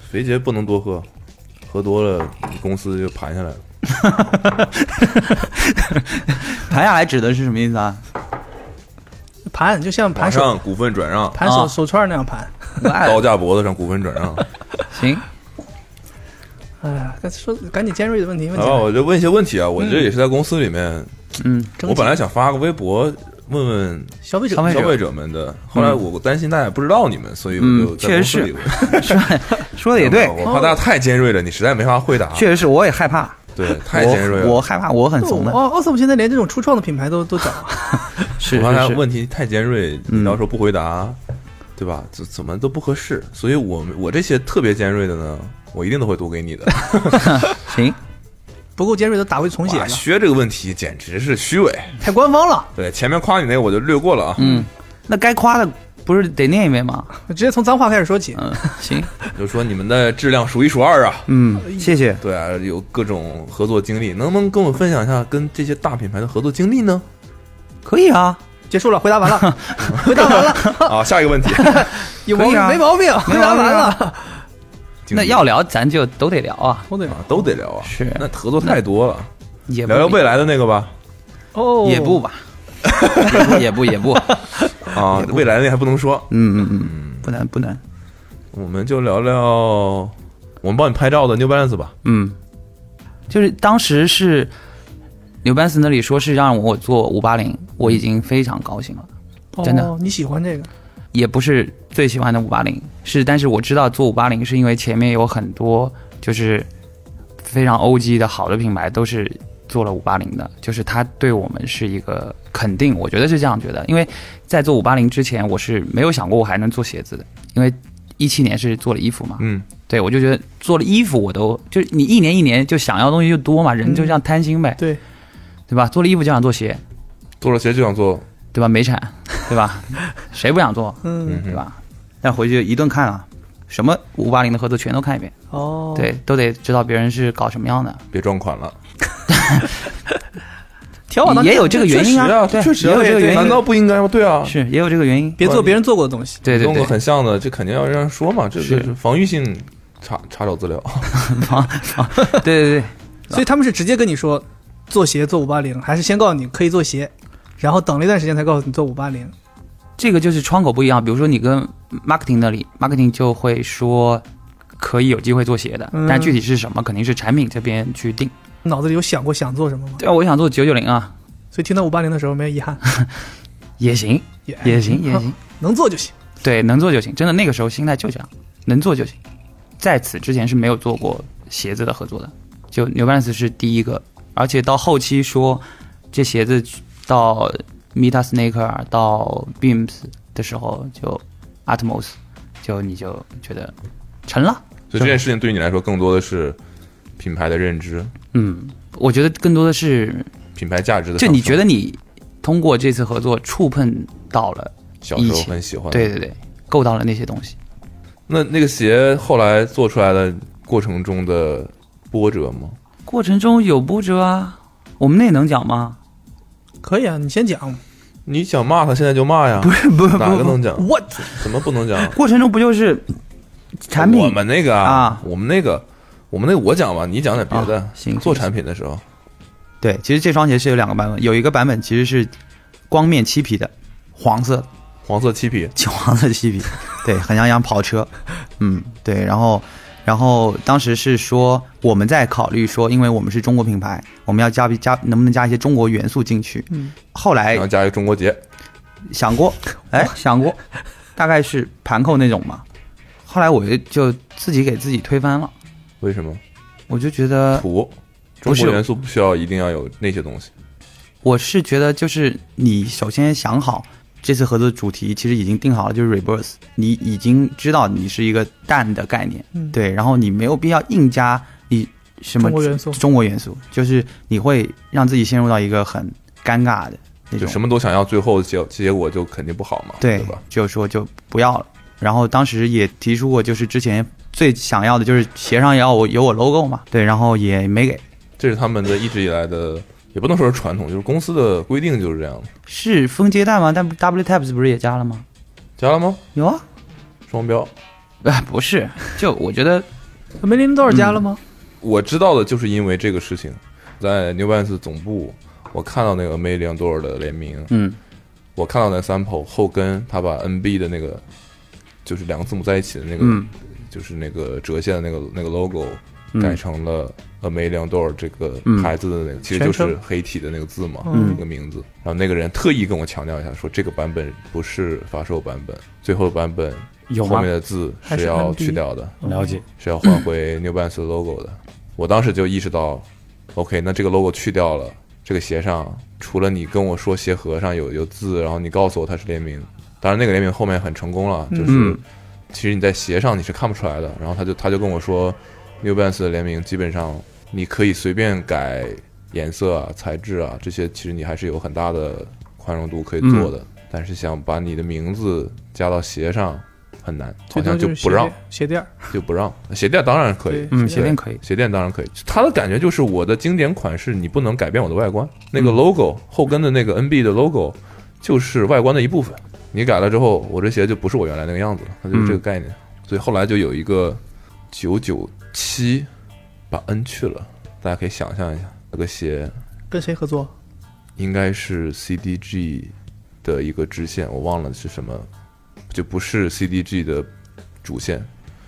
肥杰不能多喝，喝多了你公司就盘下来了。 盘下来指的是什么意思啊？ 盘就像马盘手上股份转让， 盘手、 啊手串那样盘。 刀架脖子上股份转让。 行， 哎呀，赶说赶紧尖锐的问题问题好吧，。我就问一些问题啊，我这也是在公司里面， 嗯， 征集我本来想发个微博问问消费者消费者消费者们的，后来我担心大家也不知道你们，所以我就嗯在公司里问。 说说的也对， 我怕大家太尖锐了，你实在没法回答。 确实是，我也害怕， 对，太尖锐了。 我我害怕，我很怂的。 哦，奥斯姆现在连这种初创的品牌都都找， 是我怕大家是是， 问题太尖锐，你到时候不回答，对吧？怎怎么都不合适。所以我我这些特别尖锐的呢，我一定都会读给你的。 行， 不够尖锐都打回重写哇， 了， 薛这个问题简直是虚伪。 太官方了， 对，前面夸你那个我就略过了啊。 嗯，那该夸的不是得念一遍吗？ 直接从脏话开始说起。 嗯，行， 就说你们的质量数一数二啊。 嗯，谢谢。 对啊，有各种合作经历，能不能跟我分享一下跟这些大品牌的合作经历呢？ 可以啊， 结束了，回答完了，回答完了， 啊，下一个问题， 有毛病可以啊没毛病？回答完了， 那要聊咱就都得聊啊， 哦对啊都得聊啊， 是那合作太多了， 也不聊聊未来的那个吧。 哦， 也不吧，也不也不， 啊，未来的那还不能说， 嗯嗯嗯，不难不难。 我们就聊聊我们帮你拍照的 New Balance 吧。 嗯，就是当时是纽班斯那里说是让我做五八零，我已经非常高兴了，真的哦，你喜欢这个？ 也不是最喜欢的五八零，是但是我知道做五八零是因为前面有很多就是非常 O G 的好的品牌都是做了五八零的，就是它对我们是一个肯定，我觉得是这样觉得，因为在做五八零之前我是没有想过我还能做鞋子的，因为一七年是做了衣服嘛， 嗯， 对我就觉得做了衣服我都就是你一年一年就想要的东西就多嘛，人就这样贪心呗， 对， 对吧？做了衣服就想做鞋， 做了鞋就想做， 对吧？美产，对吧？谁不想做， 嗯， 对吧？ 但回去一顿看啊， 什么五八零的合作全都看一遍， 哦， 对，都得知道别人是搞什么样的。 别撞款了。 调好当也有这个原因啊，对， 确实啊， 也有这个原因， 难道不应该吗？对啊， 是也有这个原因。 别做别人做过的东西。 对对对弄个，很像的，这肯定要让人说嘛，这是是防御性查查找资料。 对对对， 所以他们是直接跟你说做鞋做五八零，还是先告诉你可以做鞋，然后等了一段时间才告诉你做五八零？ 这个就是窗口不一样。比如说你跟 marketing 那里 ，marketing 就会说可以有机会做鞋的， 嗯但具体是什么，肯定是产品这边去定。 脑子里有想过想做什么吗？ 对啊，我想做九九零啊， 所以听到五八零的时候没有遗憾， 也行， 也也行，也行。 能做就行。 对，能做就行。真的那个时候心态就这样，能做就行。在此之前是没有做过鞋子的合作的，就 New Balance 是第一个，而且到后期说这鞋子到 Meta Sneaker 到 Beams 的时候，就 Atmos 就你就觉得成了。 所以这件事情对于你来说，更多的是品牌的认知、 嗯，我觉得更多的是， 品牌价值的就上升。 你觉得你通过这次合作触碰到了， 小时候很喜欢， 对对对，够到了那些东西。 那那个鞋后来做出来的过程中的波折吗？ 过程中有波折啊，我们那能讲吗？ 可以啊，你先讲。 你想骂他，现在就骂呀。 不是不是哪个能讲？ 我怎么不能讲？ 过程中不就是产品我们那个啊我们那个，我们那个我讲吧，你讲点别的。 啊行做行产品的时候， 对，其实这双鞋是有两个版本，有一个版本其实是光面漆皮的，黄色黄色漆皮， 黄色漆皮，对，很像一辆跑车，嗯，对，然后然后当时是说我们在考虑说，因为我们是中国品牌，我们要加加能不能加一些中国元素进去， 嗯， 后来然后加一个中国结， 想过，哎，想过，大概是盘扣那种嘛，后来我就就自己给自己推翻了， 为什么？ 我就觉得土，中不是国元素不需要一定要有那些东西。 我是觉得，就是你首先想好这次合作的主题，其实已经定好了，就是 Rebirth， 你已经知道你是一个蛋的概念， 嗯对，然后你没有必要硬加你什么中国元素中国元素，就是你会让自己陷入到一个很尴尬的那就种， 什么都想要，最后结结果就肯定不好嘛， 对对吧？ 就说就不要了。然后当时也提出过，就是之前最想要的就是鞋上也要我有我 logo 嘛，对，然后也没给， 这是他们的一直以来的，也不能说是传统，就是公司的规定就是这样的。 是分阶段吗？但 W Tabs 不是也加了吗？ 加了吗？ 有啊， 双标， 哎，不是，就我觉得梅林多少加了吗？ 我知道的就是因为这个事情，在 New Balance 总部，我看到那个 Amelia Dor 的联名， 嗯， 我看到那 sample 后跟他把 N B 的那个就是两个字母在一起的那个， 嗯、 就是那个折线的那个那个 logo、 嗯、 改成了 Amelia Dor 这个牌子的那个、嗯，其实就是黑体的那个字嘛， 嗯， 那个名字。然后那个人特意跟我强调一下，说这个版本不是发售版本，最后的版本后面的字是要去掉的， 了解， 是要换回 New Balance 的 logo 的。我当时就意识到 ，OK， 那这个 logo 去掉了，这个鞋上除了你跟我说鞋盒上有有字，然后你告诉我它是联名，当然那个联名后面很成功了，就是、 嗯、 其实你在鞋上你是看不出来的。然后他就他就跟我说 ，New Balance 的联名基本上你可以随便改颜色啊、材质啊这些，其实你还是有很大的宽容度可以做的。嗯、但是想把你的名字加到鞋上很难，好像就不让鞋垫就不让鞋垫当然可以， 嗯，鞋垫可以， 鞋垫当然可以。它的感觉就是我的经典款式，你不能改变我的外观。那个 logo、嗯、后跟的那个 N B 的 logo 就是外观的一部分，你改了之后，我这鞋就不是我原来那个样子了，它就是这个概念。嗯、所以后来就有一个九九七把 N 去了，大家可以想象一下，这个鞋跟谁合作？ 应该是 C D G 的一个支线，我忘了是什么。就不是 C D G 的主线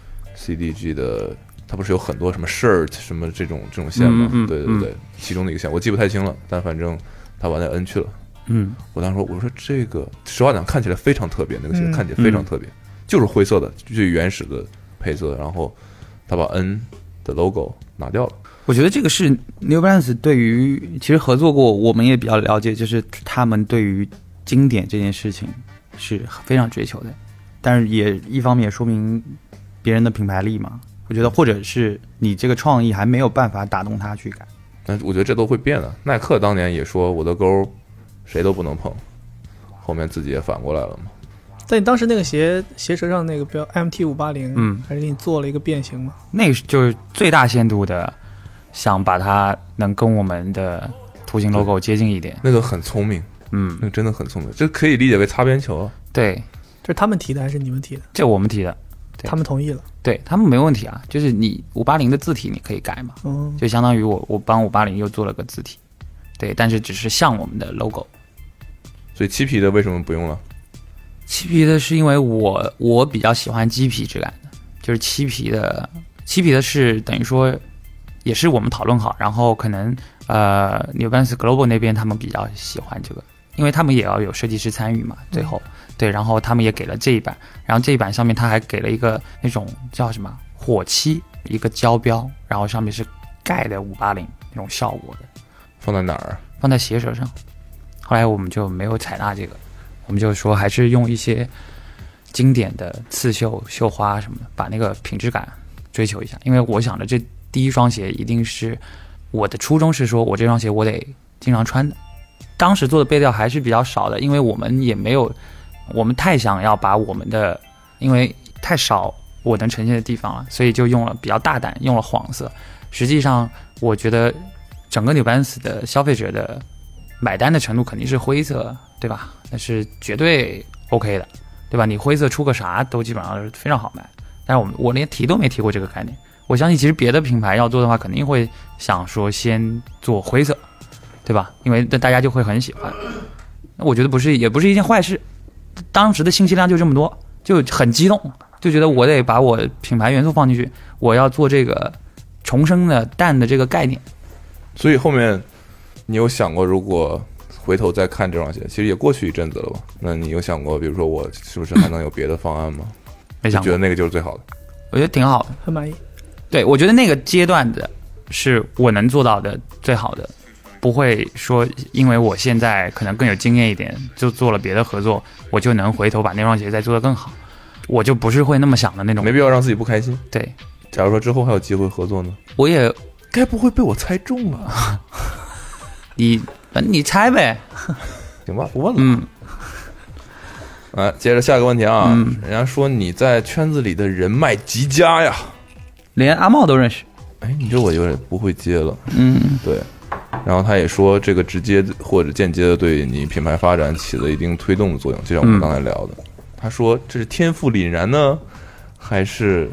，C D G 的它不是有很多什么 shirt 什么这种这种线吗？ 嗯嗯、 对对对、嗯，其中的一个线我记不太清了，但反正他把那 N 去了。 嗯， 我当时说，我说这个实话讲看起来非常特别，那个鞋看起来非常特别，嗯、就是灰色的，最原始的配色，然后他把 N 的 logo 拿掉了。 我觉得这个是 New Balance 对于其实合作过，我们也比较了解，就是他们对于经典这件事情是非常追求的，但是也一方面也说明别人的品牌力嘛。我觉得或者是你这个创意还没有办法打动他去改， 但我觉得这都会变的。耐克当年也说我的勾谁都不能碰，后面自己也反过来了嘛。 但你当时那个鞋鞋舌上那个标 M T 五八零，嗯，还是给你做了一个变形吗？ 那个就是最大限度的想把它能跟我们的图形 logo 接近一点。 那个很聪明。嗯，那个真的很聪明，这可以理解为擦边球。 对， 这是他们提的还是你们提的？ 这我们提的， 他们同意了。 对，他们没问题啊，就是你五八零的字体你可以改嘛，嗯，就相当于我我帮五八零又做了个字体，对，但是只是像我们的 logo。 所以漆皮的为什么不用了？ 漆皮的是因为我我比较喜欢鸡皮质感的，就是漆皮的，漆皮的是等于说也是我们讨论好，然后可能呃 New Balance Global 那边他们比较喜欢这个。因为他们也要有设计师参与嘛，最后、嗯、对，然后他们也给了这一版，然后这一版上面他还给了一个那种叫什么火漆一个胶标，然后上面是盖的五八零那种效果的。 放在哪儿？ 放在鞋舌上。后来我们就没有采纳这个，我们就说还是用一些经典的刺绣绣花什么的，把那个品质感追求一下。因为我想着这第一双鞋一定是我的初衷是说我这双鞋我得经常穿的。当时做的备料还是比较少的，因为我们也没有，我们太想要把我们的，因为太少我能呈现的地方了，所以就用了比较大胆，用了黄色。实际上，我觉得整个 New Balance 的消费者的买单的程度肯定是灰色，对吧？那是绝对 OK 的，对吧？你灰色出个啥都基本上是非常好卖。但是我们我连提都没提过这个概念。我相信其实别的品牌要做的话，肯定会想说先做灰色。对吧？因为大家就会很喜欢，我觉得不是，也不是一件坏事。当时的信息量就这么多，就很激动，就觉得我得把我品牌元素放进去，我要做这个重生的蛋的这个概念。 所以后面你有想过，如果回头再看这双鞋，其实也过去一阵子了吧？那你有想过，比如说我是不是还能有别的方案吗？ 没想过， 觉得那个就是最好的。 我觉得挺好的， 很满意。 对，我觉得那个阶段的是我能做到的最好的。不会说因为我现在可能更有经验一点，就做了别的合作，我就能回头把那双鞋再做得更好，我就不是会那么想的那种。 没必要让自己不开心。 对， 假如说之后还有机会合作呢？ 我也该不会被我猜中了？ 你你猜呗， 行吧，不问了。嗯。来，接着下一个问题啊，嗯、人家说你在圈子里的人脉极佳呀， 连阿茂都认识。 哎，你这我有点不会接了。 嗯， 对。然后他也说，这个直接或者间接的对你品牌发展起了一定推动的作用，就像我们刚才聊的。嗯、他说，这是天赋凛然呢，还是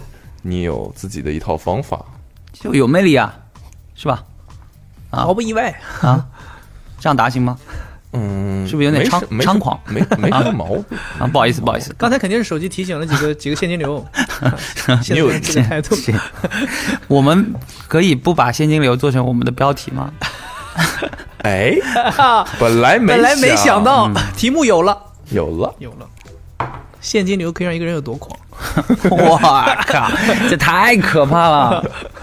你有自己的一套方法， 就有魅力啊，是吧？啊毫不意外。 啊，这样答行吗？ 嗯， 是不是有点猖没什没什猖狂？ 没没什么毛病。 啊，不好意思，不好意思， 刚才肯定是手机提醒了几个几个现金流，现有在这个态度。 是我们可以不把现金流做成我们的标题吗？ 哎，本来没本来没想到，题目有了， 有了， 有了。现金流可以让一个人有多狂？ 哇靠，这太可怕了！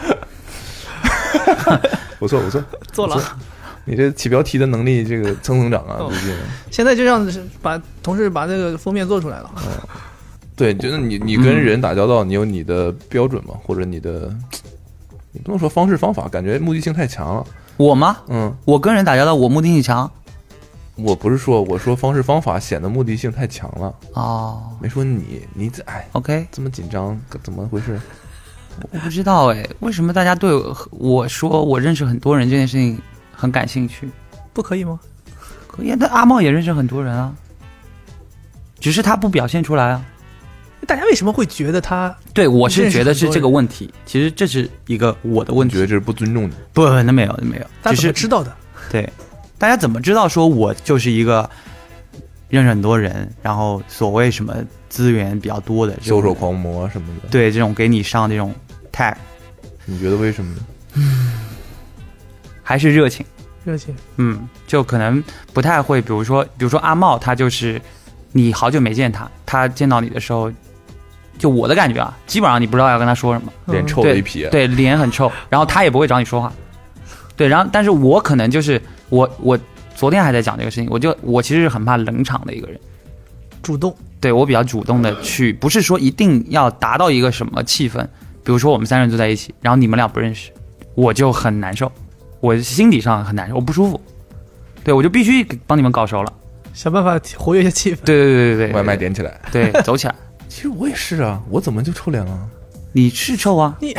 不错不错， 坐牢。 你这起标题的能力，这个蹭蹭涨啊！ 哦最近， 现在就让把同事把这个封面做出来了。 对，就是你你跟人打交道，你有你的标准吗？或者你的，你不能说方式方法，感觉目的性太强了。 我吗？ 嗯， 我跟人打交道，我目的性强。 我不是说，我说方式方法显得目的性太强了。 哦没说你，你这哎 ，OK， 这么紧张，怎么回事？ 我不知道哎，为什么大家对我说我认识很多人这件事情很感兴趣？ 不可以吗？ 可以，但阿茂也认识很多人啊，只是他不表现出来啊。 大家为什么会觉得他？ 对，我是觉得是这个问题。其实这是一个我的问题。 觉得这是不尊重你？ 不，那没有，那没有， 大家怎么只是知道的？ 对，大家怎么知道说我就是一个认识很多人，然后所谓什么资源比较多的销售狂魔什么的？ 对，这种给你上这种 tag， 你觉得为什么呢？ 还是热情。 热情。 嗯，就可能不太会，比如说，比如说阿茂，他就是你好久没见他，他见到你的时候，就我的感觉啊，基本上你不知道要跟他说什么， 脸臭的一批。 对，脸很臭，然后他也不会找你说话。对，然后但是我可能就是我我昨天还在讲这个事情，我就我其实是很怕冷场的一个人， 主动。 对，我比较主动的去，不是说一定要达到一个什么气氛，比如说我们三个人坐在一起，然后你们俩不认识，我就很难受，我心底上很难受，我不舒服。对，我就必须帮你们搞熟了， 想办法活跃一下气氛。 对对对对对， 外卖点起来。 对，走起来。 其实我也是啊，我怎么就臭脸了？ 你是臭啊， 你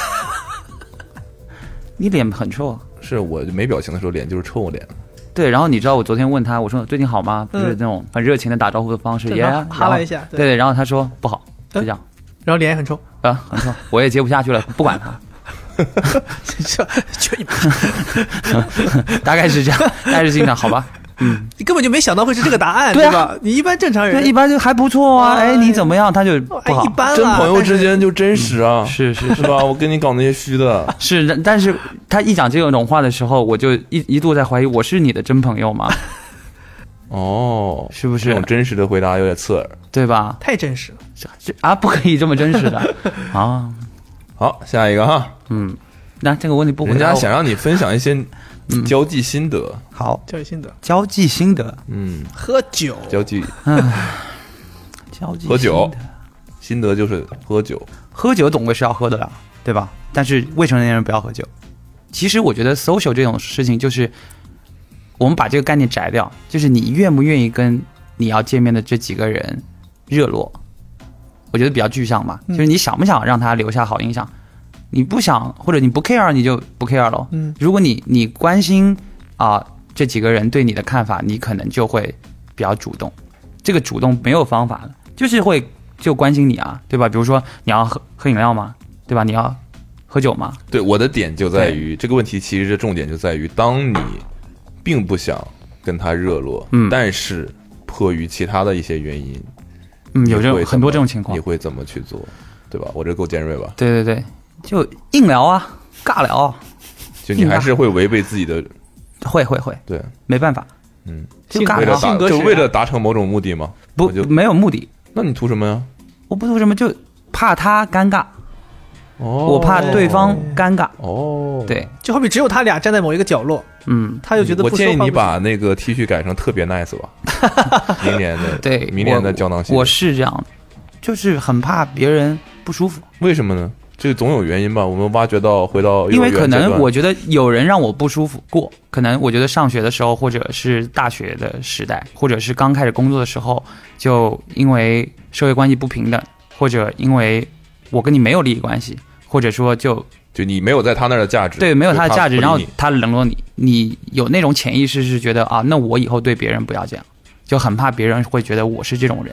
你脸很臭啊。 是我没表情的时候脸就是臭脸。 对，然后你知道我昨天问他，我说最近好吗？不是那种很热情的打招呼的方式，也哈了一下。 对对，然后他说不好，就这样， 然后脸也很臭啊，很臭，我也接不下去了，不管他。 这缺你们， 大概是这样，大概是经常，好吧。嗯， 你根本就没想到会是这个答案， 对啊吧？你一般正常人， 对，一般就还不错啊。哎，你怎么样？他就不好， 一般了。 真朋友之间就真实啊， 是是是吧？我跟你搞那些虚的， 是，但是他一讲这种话的时候，我就一一度在怀疑我是你的真朋友吗？ 哦， 是不是？ 这种真实的回答有点刺耳， 对吧？ 太真实了， 这啊，不可以这么真实的啊。 好，下一个哈， 嗯，那这个问题不回答， 人家想让你分享一些交际心得。 好， 交际心得， 交际心得， 嗯， 喝酒， 交际， 交际喝酒，心得就是喝酒， 喝酒总归是要喝的啦，对吧？但是未成年人不要喝酒。其实我觉得 social 这种事情，就是我们把这个概念摘掉，就是你愿不愿意跟你要见面的这几个人热络，我觉得比较具象嘛， 嗯、 就是你想不想让他留下好印象？你不想或者你不 care 你就不 care 咯。 嗯， 如果你你关心啊、呃、这几个人对你的看法，你可能就会比较主动。这个主动没有方法的，就是会就关心你啊，对吧？比如说你要喝喝饮料吗？对吧？你要喝酒吗？ 对，我的点就在于这个问题，其实的重点就在于，当你并不想跟他热络， 嗯， 但是迫于其他的一些原因， 嗯，有这种很多这种情况， 你会怎么去做？对吧？我这够尖锐吧？ 对对对。就硬聊啊，尬聊啊， 就你还是会违背自己的， 会会会， 对， 没办法， 嗯， 就尬聊， 性格就为了达成某种目的吗？ 不，没有目的。 那你图什么呀？ 我不图什么，就怕他尴尬。 哦， 我怕对方尴尬。 哦， 对， 就好比只有他俩站在某一个角落， 嗯， 他就觉得不我建议你把那个 T 恤改成特别 nice 吧，明年的对， 明年的胶囊系列， 我是这样的，就是很怕别人不舒服。 为什么呢？这总有原因吧？我们挖掘到回到， 因为可能我觉得有人让我不舒服过，可能我觉得上学的时候，或者是大学的时代，或者是刚开始工作的时候，就因为社会关系不平等，或者因为我跟你没有利益关系，或者说就就你没有在他那儿的价值， 对，没有他的价值， 然后他冷落你，你有那种潜意识是觉得啊，那我以后对别人不要这样，就很怕别人会觉得我是这种人。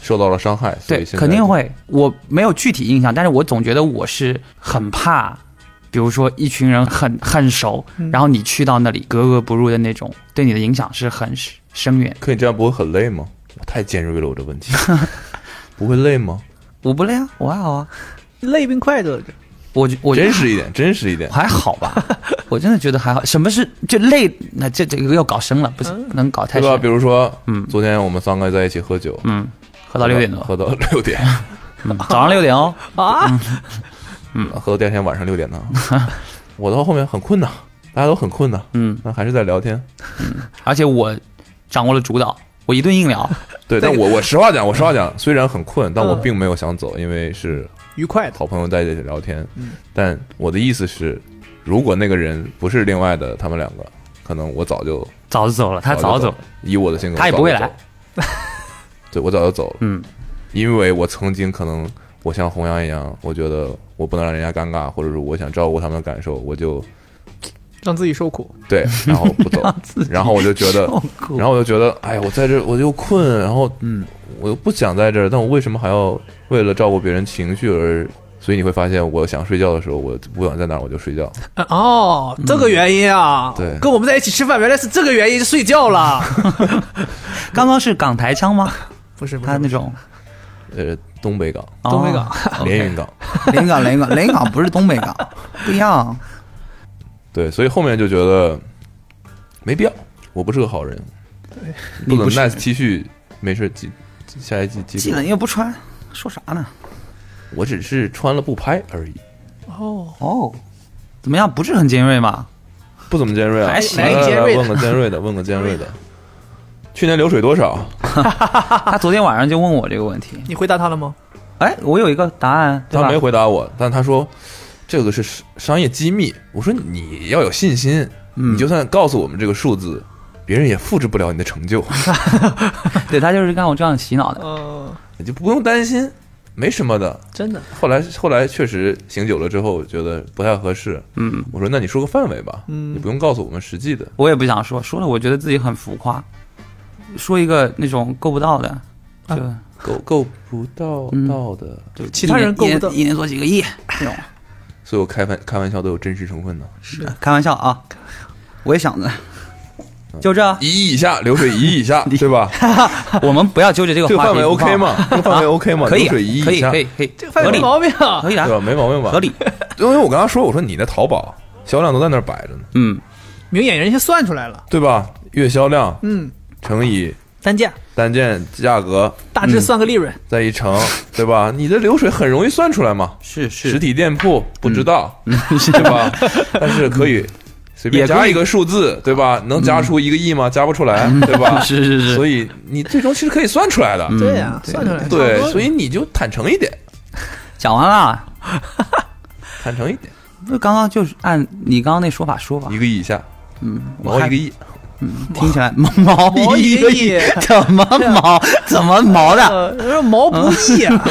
受到了伤害，所以对， 现在肯定会。我没有具体印象，但是我总觉得我是很怕，比如说一群人很很熟， 嗯然后你去到那里格格不入的那种，对你的影响是很深远。 可你这样不会很累吗？我太尖锐了，我这问题不会累吗？ 我不累啊，我还好啊， 累并快乐着。 我我真实一点，真实一点。 还好吧，我真的觉得还好。什么是就累？那这这个要搞深了，不行，不能搞太对吧？ 深。 比如说， 嗯昨天我们三个在一起喝酒， 嗯，喝到六点多， 喝到六点， 嗯早上六点哦。 啊， 嗯，喝到第二天晚上六点呢。我到后面很困呐，大家都很困呐， 嗯， 那还是在聊天。 而且我掌握了主导，我一顿硬聊。 对，但我我实话讲，我实话讲，虽然很困，但我嗯并没有想走，因为是愉快的。 好朋友在一起聊天。 嗯但我的意思是，如果那个人不是另外的他们两个，可能我早就早就走了，他早走早就走，，以我的性格， 他也不会来。 对，我早就走了， 嗯， 因为我曾经可能我像弘扬一样，我觉得我不能让人家尴尬，或者是我想照顾他们的感受，我就让自己受苦。 对，然后不走，然后我就觉得， 酷然后我就觉得，哎呀，我在这我就困，然后嗯，我又不想在这儿，但我为什么还要为了照顾别人情绪而？所以你会发现，我想睡觉的时候，我不管在哪儿我就睡觉。 啊哦，这个原因啊， 对跟我们在一起吃饭，原来是这个原因，就睡觉了。 刚刚是港台腔吗？ 不是，不是他那种呃，东北港、 东北港， 哦连云港， 连云港，连云港，连云港不是东北港，不一样。 对，所以后面就觉得没必要，我不是个好人，不能你不是 nice T 恤没事寄下一季寄给我寄了又不穿，说啥呢？ 我只是穿了不拍而已， 哦， 哦，怎么样？不是很尖锐吗？ 不怎么尖锐啊。 还行来来来尖锐的问个尖锐的，问个尖锐的。去年流水多少？ 他昨天晚上就问我这个问题。 你回答他了吗？ 哎，我有一个答案，对吧？ 他没回答我，但他说这个是商业机密。我说你要有信心， 嗯你就算告诉我们这个数字，别人也复制不了你的成就， 对他就是让我这样洗脑的。 嗯， 你就不用担心，没什么的。 真的， 后来后来确实醒酒了之后，觉得不太合适。 嗯， 我说那你说个范围吧， 嗯你不用告诉我们实际的。 我也不想说，说了我觉得自己很浮夸，说一个那种够不到的，就、 够够不到嗯到的， 就其他人够不到一年一年做几个亿这种。 所以我开玩开玩笑都有真实成分的。 是开玩笑啊，我也想着，就这， 一亿以下，流水一亿以下，对吧？ 我们不要纠结这个话题。 这个范围 OK 吗？这个范围 OK 吗？ 可以流水一亿可以以下， 可以可以， 这个范合理围没毛病啊。 可以啊对，吧？没毛病吧？ 合理。 因为我刚刚说，我说你的淘宝销量都在那儿摆着呢， 嗯， 明眼人先算出来了， 对吧？月销量嗯， 乘以单价单件价格大致算个利润。 再一乘，对吧？你的流水很容易算出来嘛。 是是实体店铺不知道，对吧？但是可以随便也可以加一个数字，对吧？能加出一个亿吗？加不出来，对吧？ 是是是所以你最终其实可以算出来的， 对呀，算出来。 对差不，多所以你就坦诚一点， 讲完了， 坦诚一点， 不是刚刚就是按你刚刚那说法说吧一，个亿以下， 嗯，我还毛一个亿， 听起来毛毛毛一个一个亿亿， 怎么毛怎么毛的？ 呃，毛不易啊。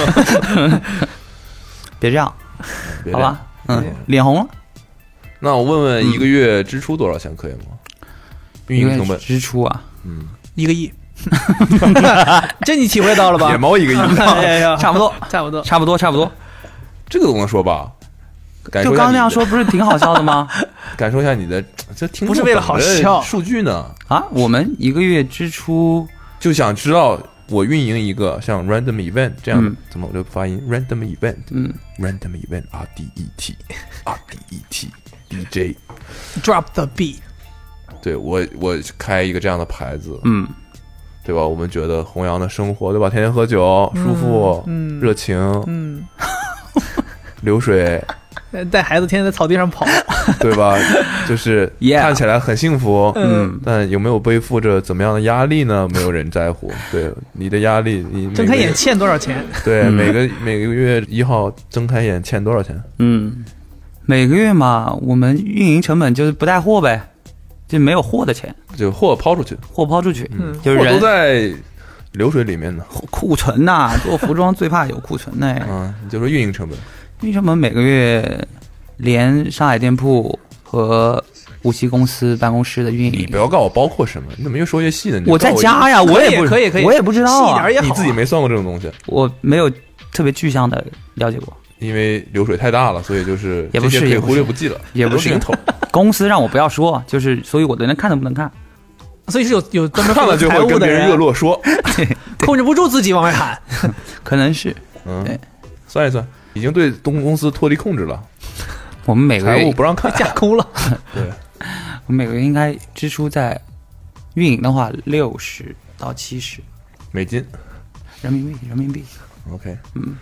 别这样， 别这样好吧？嗯，脸红了。 那我问问，一个月支出多少钱可以吗？运营成本， 支出啊， 嗯， 一个亿，这你体会到了吧？ 野猫一个亿， 哎呀， 差不多， 差不多。 差不多，差不多。 这个都能说吧？感受就一下你的刚那样说，不是挺好笑的吗？ 感受一下你的，这听不是为了好笑数据呢， 啊，我们一个月支出， 就想知道我运营一个像 random event 这样的， 嗯怎么我就发音 random event， 嗯， random event R D E T R D E T D J， Drop the beat， 对我我开一个这样的牌子， 嗯， 对吧？我们觉得弘扬的生活，对吧？天天喝酒，舒服， 嗯热情， 嗯， 流水， 带孩子天天在草地上跑， 对吧？就是 Yeah 看起来很幸福， 嗯， 但有没有背负着怎么样的压力呢？没有人在乎。对你的压力，你每个睁开眼欠多少钱？ 对， 嗯每个每个月一号睁开眼欠多少钱？ 嗯，每个月嘛，我们运营成本就是不带货呗，就没有货的钱， 就货抛出去， 货抛出去， 嗯货都就是人在流水里面呢。 库存呐、做服装最怕有库存呢。 嗯，你就说运营成本， 运营成本每个月连上海店铺和无锡公司办公室的运营。 你不要告诉我包括什么，你怎么越说越细呢？你我在家呀，我也不可以可以， 我也不知道啊细一点，也好啊。 你自己没算过这种东西， 我没有特别具象的了解过。 因为流水太大了，所以就是也不是这些可以也不是忽略不计了， 也不是零头。 公司让我不要说，就是所以我能看都不能看。 所以是有有专门看了就财务的会跟别人热人， 络说， 控制不住自己往外喊。 可能是嗯对， 算一算，已经对东公司脱离控制了， 我们每个财月务不让看。 架空了。 对， 我们每个月应该支出在运营的话六十到七十美金人民币，人民币。 ，OK， 嗯，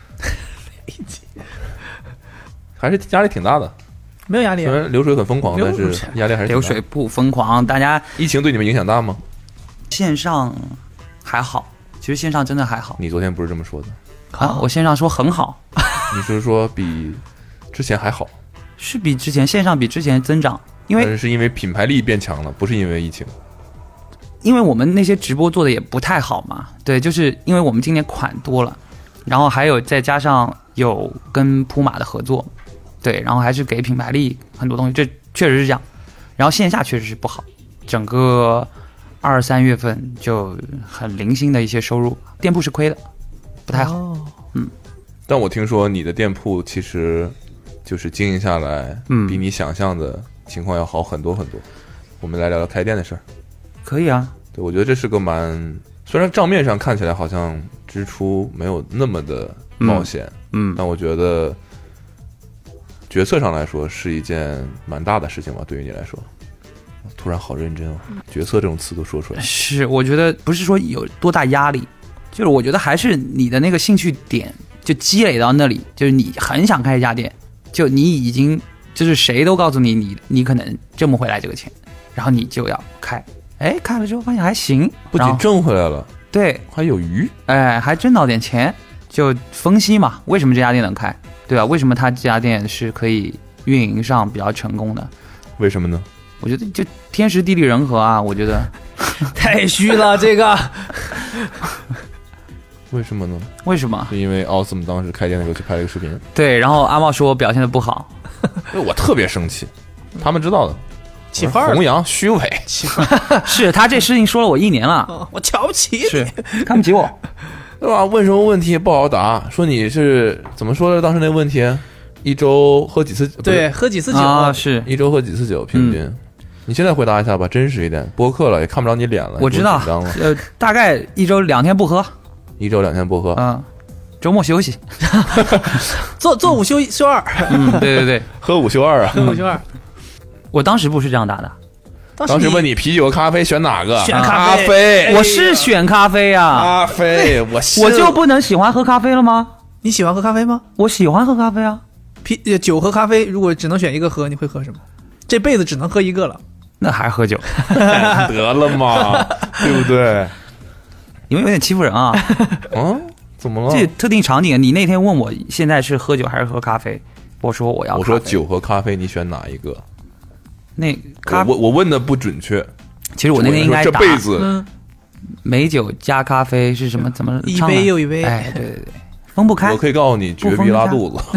还是压力挺大的。 没有压力啊， 虽然流水很疯狂， 流但是压力还是挺大流水。不疯狂，大家疫情对你们影响大吗？ 线上还好，其实线上真的还好你昨天不是这么说的， 啊。我线上说很好， 你是说比之前还好？ 是比之前线上比之前增长，因为但是是因为品牌力变强了，不是因为疫情。 因为我们那些直播做的也不太好嘛，对，就是因为我们今年款多了，然后还有再加上有跟铺马的合作，对，然后还是给品牌力很多东西，这确实是这样。然后线下确实是不好，整个二三月份就很零星的一些收入，店铺是亏的，不太好。 哦但我听说你的店铺其实就是经营下来， 嗯比你想象的情况要好很多很多。我们来聊聊开店的事儿。 可以啊， 对，我觉得这是个蛮，虽然账面上看起来好像支出没有那么的冒险， 嗯， 但我觉得决策上来说是一件蛮大的事情吧。对于你来说，突然好认真哦，决策这种词都说出来。 是，我觉得不是说有多大压力，就是我觉得还是你的那个兴趣点就积累到那里，就是你很想开一家店，就你已经就是谁都告诉你你你可能挣不回来这个钱，然后你就要开，哎，开了之后发现还行，然后不仅挣回来了， 对， 还有余。 哎，还挣到点钱，就分析嘛，为什么这家店能开，对吧？为什么他这家店是可以运营上比较成功的？ 为什么呢？ 我觉得就天时地利人和啊，我觉得太虚了，这个为什么呢？ 为什么？ 是因为奥斯姆当时开店的时候去拍了一个视频， 对，然后阿茂说我表现的不好， 我特别生气，他们知道的， 起范儿弘扬虚伪。 是他这事情说了我一年了， 了，我瞧不起你。 是看不起我。 对吧？问什么问题不好答，说你是怎么说的？当时那个问题，一周喝几次？不是对，喝几次酒啊，是一周喝几次酒？平均？你现在回答一下吧，真实一点。播客了也看不着你脸了， 我知道紧张了。， 呃，大概一周两天不喝， 一周两天播客， 嗯，周末休息， 做做午休休二， 嗯，对对对， 喝五休二啊。 做午休二。 我当时不是这样打的， 当时问你啤酒、咖啡选哪个？ 选咖咖啡啡， 我是选咖啡啊， 咖啡，我信我就不能喜欢喝咖啡了吗？ 你喜欢喝咖啡吗？ 我喜欢喝咖啡啊， 啤呃酒和咖啡，如果只能选一个喝，你会喝什么？这辈子只能喝一个了。 那还是喝酒， 得了嘛，对不对？ 你们有点欺负人啊。 嗯，怎么了？ 这特定场景，你那天问我现在是喝酒还是喝咖啡，我说我要咖啡， 我说酒和咖啡，你选哪一个？ 那咖我我问的不准确。 其实我那天应该这打辈子嗯， 美酒加咖啡是什么？怎么一唱的杯又一杯。 哎，对对对，分不开我。可以告诉你，绝逼拉肚子，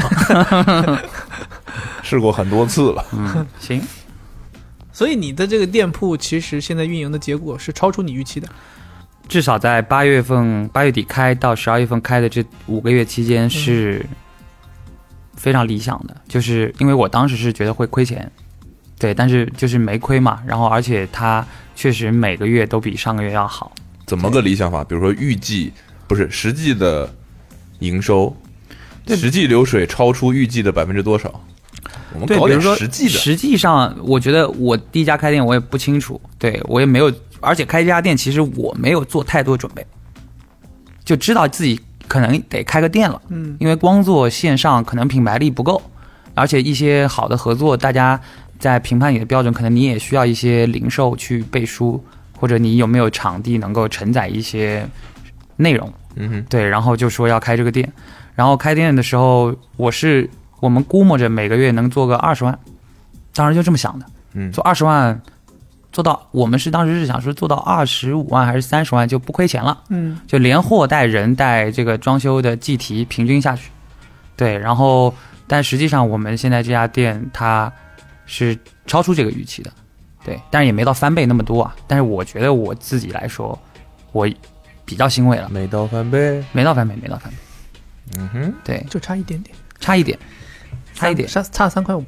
试过很多次了。 嗯，行， 所以你的这个店铺其实现在运营的结果是超出你预期的。 至少在八月份八月底开到十二月份开的这五个月期间是非常理想的，就是因为我当时是觉得会亏钱，对，但是就是没亏嘛，然后而且它确实每个月都比上个月要好。 怎么个理想法？比如说预计不是实际的营收，实际流水超出预计的百分之多少？我们对， 搞点比如说实际的。 实际上，我觉得我第一家开店我也不清楚，对我也没有，而且开这家店其实我没有做太多准备，就知道自己可能得开个店了， 嗯， 因为光做线上可能品牌力不够，而且一些好的合作，大家在评判你的标准，可能你也需要一些零售去背书，或者你有没有场地能够承载一些内容， 嗯哼， 对，然后就说要开这个店，然后开店的时候，我是我们估摸着每个月能做个二十万，当时就这么想的， 嗯， 做二十万，做到我们是当时是想说做到二十五万还是三十万就不亏钱了， 嗯， 就连货带人带这个装修的计提平均下去，对，然后但实际上我们现在这家店它是超出这个预期的， 对，但是也没到翻倍那么多啊。但是我觉得我自己来说，我比较欣慰了， 没到翻倍， 没到翻倍，没到翻倍。 嗯哼， 对， 就差一点点， 差一点，差一点， 差差三块五。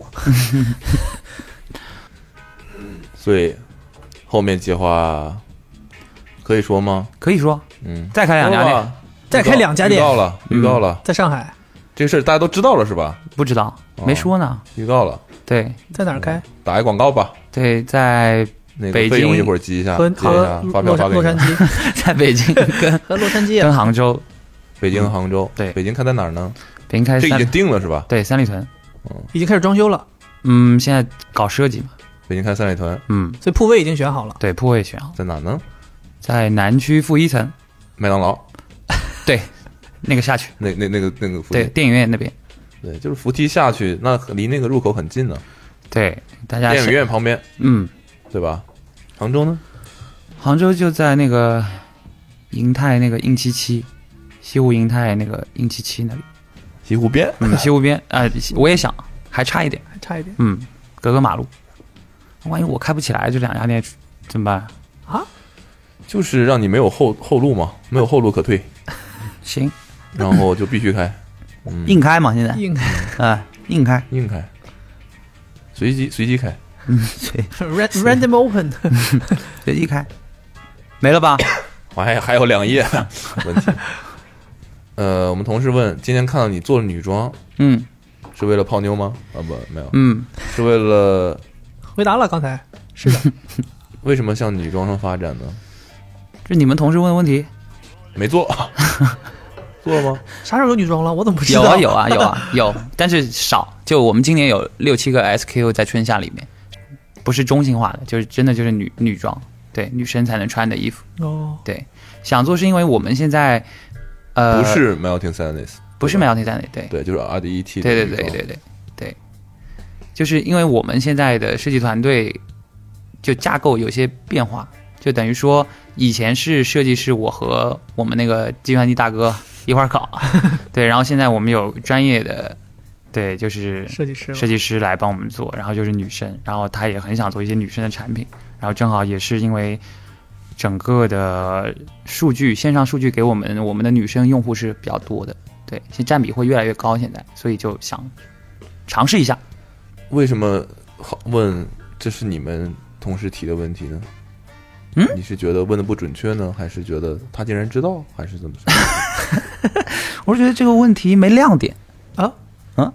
所以后面计划可以说吗？ 可以说， 嗯， 再开两家店， 再开两家店预告了，预告了， 在上海， 这个事儿大家都知道了是吧？ 不知道，没说呢。 预告了， 对， 在哪儿开？ 打一广告吧。 对，在那个北京费用一会儿记一下， 和记一下，发票发给洛杉你。 矶， 在北京跟和洛杉矶跟杭州， 北京、杭州， 对北京开在哪儿呢？ 北京开三这已经定了是吧？ 对三里屯， 已经开始装修了， 嗯，现在搞设计嘛， 北京开三里屯， 嗯， 所以铺位已经选好了。 对，铺位选好， 在哪呢？ 在南区负一层， 麦当劳， 对，那个下去， 那那那个那个附近， 对，电影院那边， 对，就是扶梯下去，那离那个入口很近呢， 对，大家电影院旁边， 嗯， 对吧？杭州呢？ 杭州就在那个银泰那个硬七七，西湖银泰那个硬七七那里， 西湖边， 嗯，西湖边，啊、我也想，还差一点， 还差一点嗯，隔个马路，万一我开不起来，这两家店怎么办？ 啊！ 就是让你没有后后路嘛，没有后路可退， 行， 然后就必须开，嗯， 硬开嘛，现在硬啊，硬开， 硬开，随机随机开， 嗯，对， random open， 随机开，没了吧？ 我还还有两页问题。呃，我们同事问，今天看到你做了女装， 嗯是为了泡妞吗？啊不，没有， 嗯， 是为了回答了刚才是的， 为什么向女装上发展呢？ 这是你们同事问的问题， 没做，做了吗？ 啥时候有女装了？我怎么不知道？ 有啊有啊有啊有，但是少，就我们今年有六七个 S K U 在春夏里面，不是中性化的，就是真的就是女女装，对，女生才能穿的衣服。 哦， 对，想做是因为我们现在，呃， 不是 Melting Sadness， 不是 Melting Sadness，对对，就是 R D E T， 对对对对对对，就是因为我们现在的设计团队就架构有些变化，就等于说以前是设计师我和我们那个计算机大哥一块儿搞，对，然后现在我们有专业的，对，就是设计师设计师来帮我们做，然后就是女生，然后他也很想做一些女生的产品，然后正好也是因为整个的数据线上数据给我们我们的女生用户是比较多的，对，现在占比会越来越高，现在，所以就想尝试一下。 为什么好问？这是你们同事提的问题呢？ 嗯， 你是觉得问的不准确呢，还是觉得他竟然知道，还是怎么着？ 我是觉得这个问题没亮点啊啊！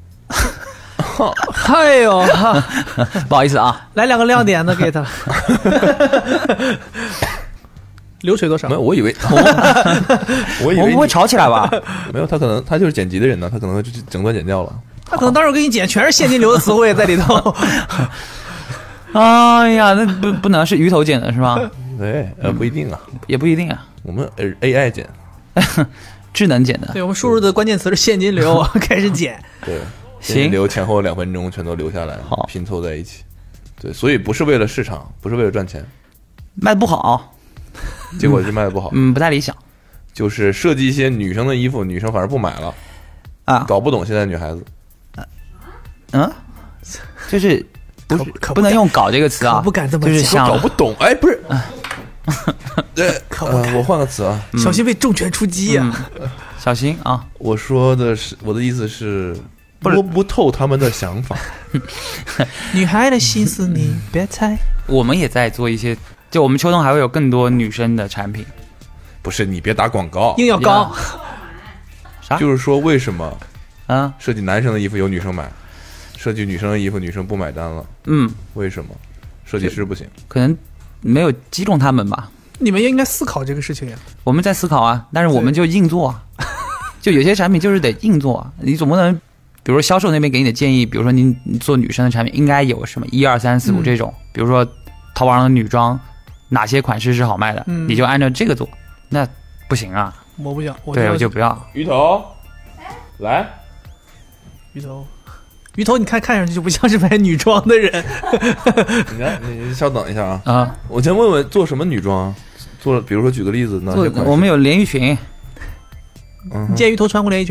哎呦， 不好意思啊， 来两个亮点的给他。流水多少没？有，我以为，我以为你我们不会吵起来吧？ 没有，他可能他就是剪辑的人呢，他可能会整段剪掉了。 他可能当时给你剪全是现金流的词汇在里头。 哎呀，那不不能是鱼头剪的是吧？ 对，呃，不一定啊， 也不一定啊， 我们 A I 剪， 智能剪的。 对，我们输入的关键词是现金流，开始剪。 对， 行现金流前后两分钟全都留下来， 好拼凑在一起。对，所以不是为了市场，不是为了赚钱， 卖的不好， 结果是卖的不好。 嗯，不太理想。 就是设计一些女生的衣服，女生反而不买了啊搞不懂现在女孩子。 嗯，就是不是可可不不能用“搞”这个词啊， 可不敢这么讲就是像搞不懂，哎，不是，对，呃，我换个词啊， 小心被重拳出击呀、 嗯小心啊！ 我说的是我的意思是摸不透他们的想法。 女孩的心思你别猜。 我们也在做一些，就我们秋冬还会有更多女生的产品。 不是你别打广告， 硬要刚， 啥？ 就是说为什么啊， 设计男生的衣服有女生买，设计女生的衣服女生不买单了？ 嗯， 为什么？设计师不行？ 可能没有击中他们吧。 你们也应该思考这个事情呀。 我们在思考啊，但是我们就硬做啊，就有些产品就是得硬做啊，你总不能，比如说销售那边给你的建议，比如说你你做女生的产品应该有什么一二三四五这种，比如说淘宝上的女装哪些款式是好卖的， 嗯你就按照这个做，那不行啊， 我不想，我对， 就我就不要。 鱼头，来， 鱼头，鱼头，你看看上去就不像是买女装的人。 你看，你稍等一下啊， 啊， 我先问问做什么女装啊？做，比如说举个例子，哪做些款式？ 我们有连衣裙， 嗯哼你见鱼头穿过连衣裙吗？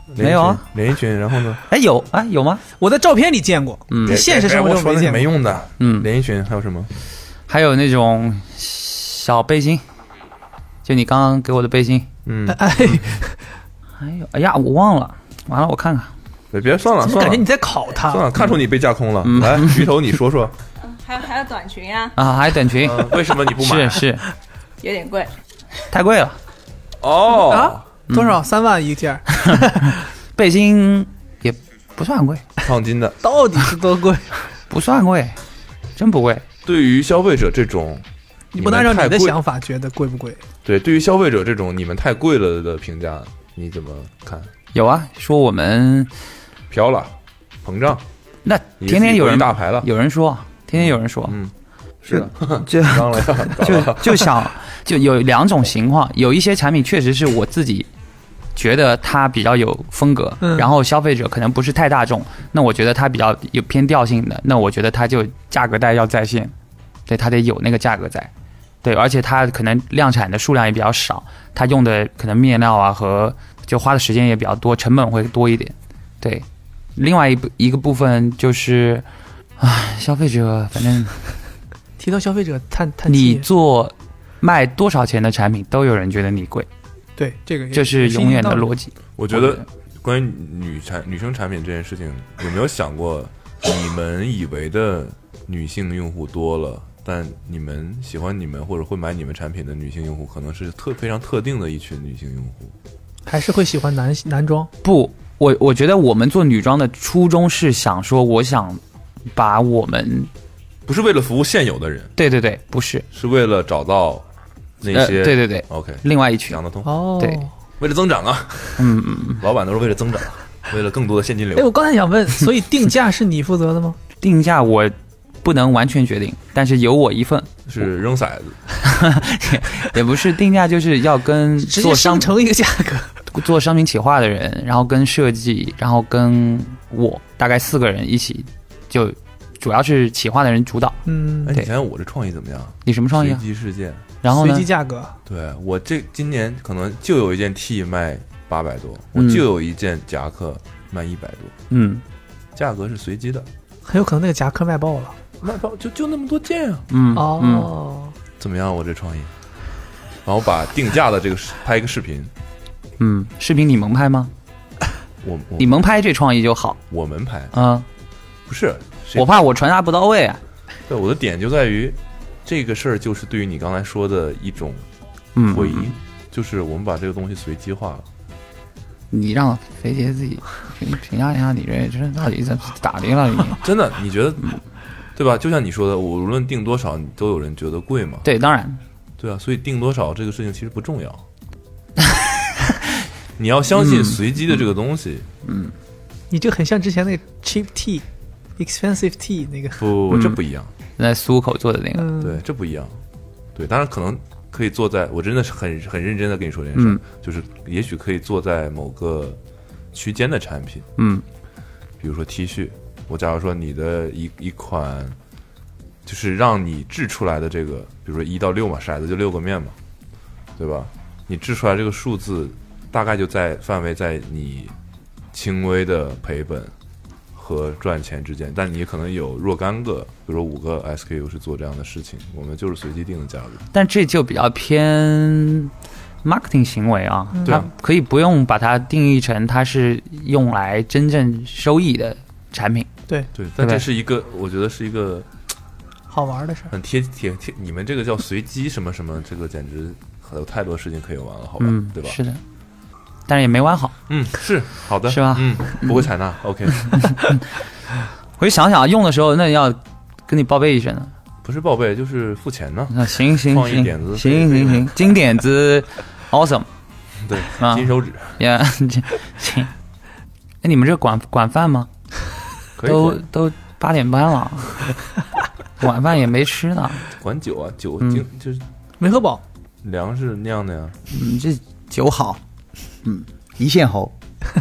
没有啊， 连衣裙，然后呢？ 哎，有啊，有吗？ 我在照片里见过， 嗯在现实生活中说的见过。 没用的， 嗯， 连衣裙还有什么？ 还有那种小背心，就你刚刚给我的背心。 嗯， 哎， 还有，哎呀，我忘了，完了，我看看。 别别算了算了， 怎么感觉你在考他？ 算了，看出你被架空了。 嗯来，鱼头你说说， 还有还有短裙啊， 啊，还有短裙， 呃为什么你不买？ 是是， 有点贵。 太贵了。 哦啊，多少？三万一件儿， 背心也不算贵， 烫金的。 到底是多贵？ 不算贵，真不贵。 对于消费者这种， 你不能按照你的们太贵想法觉得贵不贵？ 对，对于消费者这种你们太贵了的评价，你怎么看？ 有啊，说我们飘了，膨胀， 那天天有人大牌了， 有人说，天天有人说， 嗯，是的， 就刚了呀， 就就想就有两种情况，有一些产品确实是我自己觉得它比较有风格， 嗯然后消费者可能不是太大众，那我觉得它比较有偏调性的，那我觉得它就价格带要在线，对，它得有那个价格在，对，而且它可能量产的数量也比较少，它用的可能面料啊和就花的时间也比较多，成本会多一点，对。另外一部一个部分就是，唉，消费者反正提到消费者叹叹你气， 做卖多少钱的产品，都有人觉得你贵， 对这个也这是永远的也是一道理逻辑。 我觉得关于女产女生产品这件事情，有没有想过，你们以为的女性用户多了，但你们喜欢你们或者会买你们产品的女性用户，可能是特非常特定的一群女性用户。 还是会喜欢男男装。 不，我我觉得我们做女装的初衷是想说，我想把我们不是为了服务现有的人， 对对对，不是是为了找到那呃， 些、 对对对， OK 另外一群讲得通， 哦， 对为了增长啊， 嗯嗯嗯， 老板都是为了增长，为了更多的现金哎， 流。 我刚才想问，所以定价是你负责的吗？ 定价我不能完全决定，但是有我一份， 是扔骰子， 也不是定价，就是要跟直接做商生成一个价格。 做商品企划的人，然后跟设计，然后跟我大概四个人一起，就主要是企划的人主导。 嗯哎，，你对想想我这创意怎么样？ 你什么创意啊随？机事件。 然后呢随机？价格， 对我这今年可能就有一件 T 卖八百多，我嗯就有一件夹克卖一百多， 嗯价格是随机的， 很有可能那个夹克卖爆了。 卖爆就就那么多件啊， 嗯嗯， 哦， 怎么样？我这创意，然后把定价的这个视拍一个视频， 嗯，视频你蒙拍吗？ 我我你蒙拍这创意就好。 我们拍嗯， 不是，谁我怕我传达不到位啊。 对我的点就在于这个事儿，就是对于你刚才说的一种嗯， 回应， 嗯就是我们把这个东西随机化了。 你让肥姐自己评评价一下，你这这到底怎咋的了？你真的，你觉得对吧？就像你说的，我无论定多少，你都有人觉得贵嘛？ 对，当然， 对啊，所以定多少这个事情其实不重要。你要相信随机的这个东西。 你这很像之前那个 cheap tea、expensive tea 那个。 不， 嗯这不一样。 在苏口做的那个， 嗯， 对，这不一样。对，当然可能可以做在，我真的是很很认真的跟你说这件事儿， 嗯就是也许可以做在某个区间的产品， 嗯比如说 T 恤。我假如说你的一一款，就是让你制出来的这个，比如说一到六嘛，骰子就六个面嘛，对吧？你制出来这个数字，大概就在范围在你轻微的赔本和赚钱之间，但你可能有若干个，比如说五个 S K U 是做这样的事情，我们就是随机定的价格。 但这就比较偏 marketing 行为啊， 对啊它可以不用把它定义成它是用来真正收益的产品。 对，但对这是一个，我觉得是一个好玩的事儿。 很贴贴贴，你们这个叫随机什么什么，这个简直有太多事情可以玩了，好吧？ 嗯， 对吧？ 是的，但是也没玩好。 嗯，是好的， 是吧嗯，不会采纳。OK， 回去想想用的时候，那要跟你报备一声的。 不是报备就是付钱呢。 那行行创意行， 点子行行行，金点子 awesome 对， 啊金手指呀，行。哎，你们这管管饭吗？都可以管都八点半了，晚饭也没吃呢。 管酒啊，酒嗯精就是没喝饱， 粮食酿的呀。 嗯，这酒好，嗯，一线猴。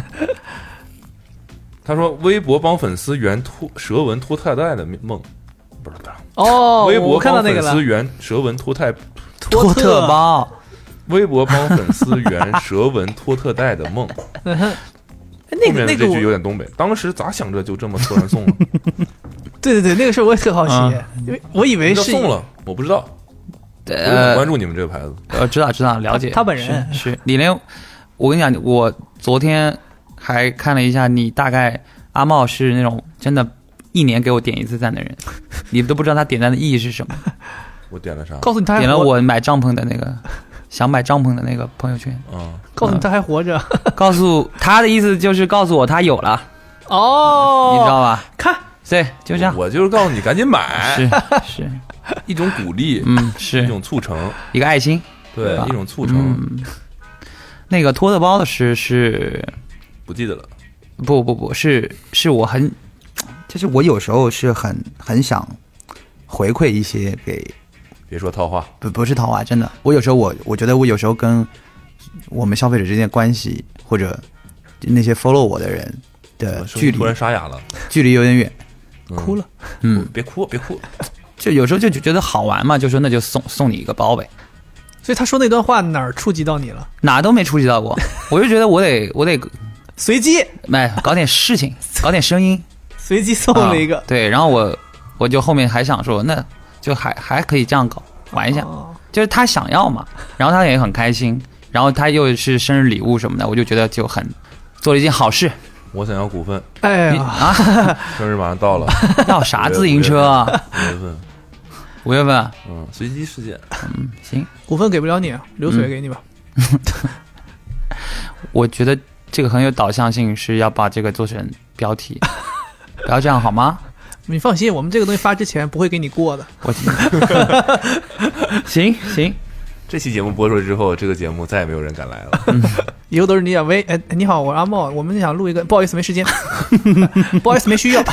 他说微博帮粉丝圆脱舌纹脱太带的梦，不是不是， 哦， 微博我看到帮那个了， 粉丝圆舌纹脱太， 托特包， 微博帮粉丝圆舌纹脱特带的梦。 嗯哼哎那后面的这个那个我句有点东北，当时咋想着就这么突然送了？ 对对对，那个事儿我也特好奇， 嗯因为我以为是人家送了，我不知道，我很呃关，注你们这个牌子。 呃，知道知道，了解。 他本人是是你连，我跟你讲，我昨天还看了一下，你大概阿茂是那种真的，一年给我点一次赞的人，你都不知道他点赞的意义是什么。 我点了啥？ 告诉你他还点了活我买帐篷的那个，想买帐篷的那个朋友圈， 啊， 告诉你他还活着。 告诉他的意思就是告诉我他有了， 哦， 你知道吧？ 看对，就这样。 我就是告诉你赶紧买， 是是， 一种鼓励， 嗯， 一是种促成， 一个爱心。 对， 吧一种促成。 嗯，那个托特包的诗是不记得了， 不不不是是我很，就是我有时候是很很想回馈一些给别说套话， 不不是桃花，真的，我有时候我我觉得我有时候跟我们消费者之间的关系，或者那些 follow 我的人的距离突然沙哑了， 距离有点远， 哭了。 嗯， 别哭，别哭， 就有时候就觉得好玩嘛，就说那就送送你一个包呗， 所以他说那段话哪儿触及到你了？ 哪都没触及到过，我就觉得我得我得随机哎搞点事情，搞点声音， 随机送了一个啊，对，然后我我就后面还想说，那就还还可以这样搞玩一下， 哦就是他想要嘛，然后他也很开心，然后他又是生日礼物什么的，我就觉得就很做了一件好事。 我想要股份， 哎呀， 你啊， 生日马上到了， 要啥自行车啊？ 五月份， 五月份啊， 嗯，随机事件， 嗯，行， 股份给不了你，流水给你吧。 我觉得这个很有导向性，是要把这个做成标题，不要这样好吗？ 你放心，我们这个东西发之前不会给你过的。 我行行， 这期节目播出之后，这个节目再也没有人敢来了。 以后都是你讲，喂，哎，你好，我是阿茂，我们想录一个，不好意思，没时间，不好意思，没需要。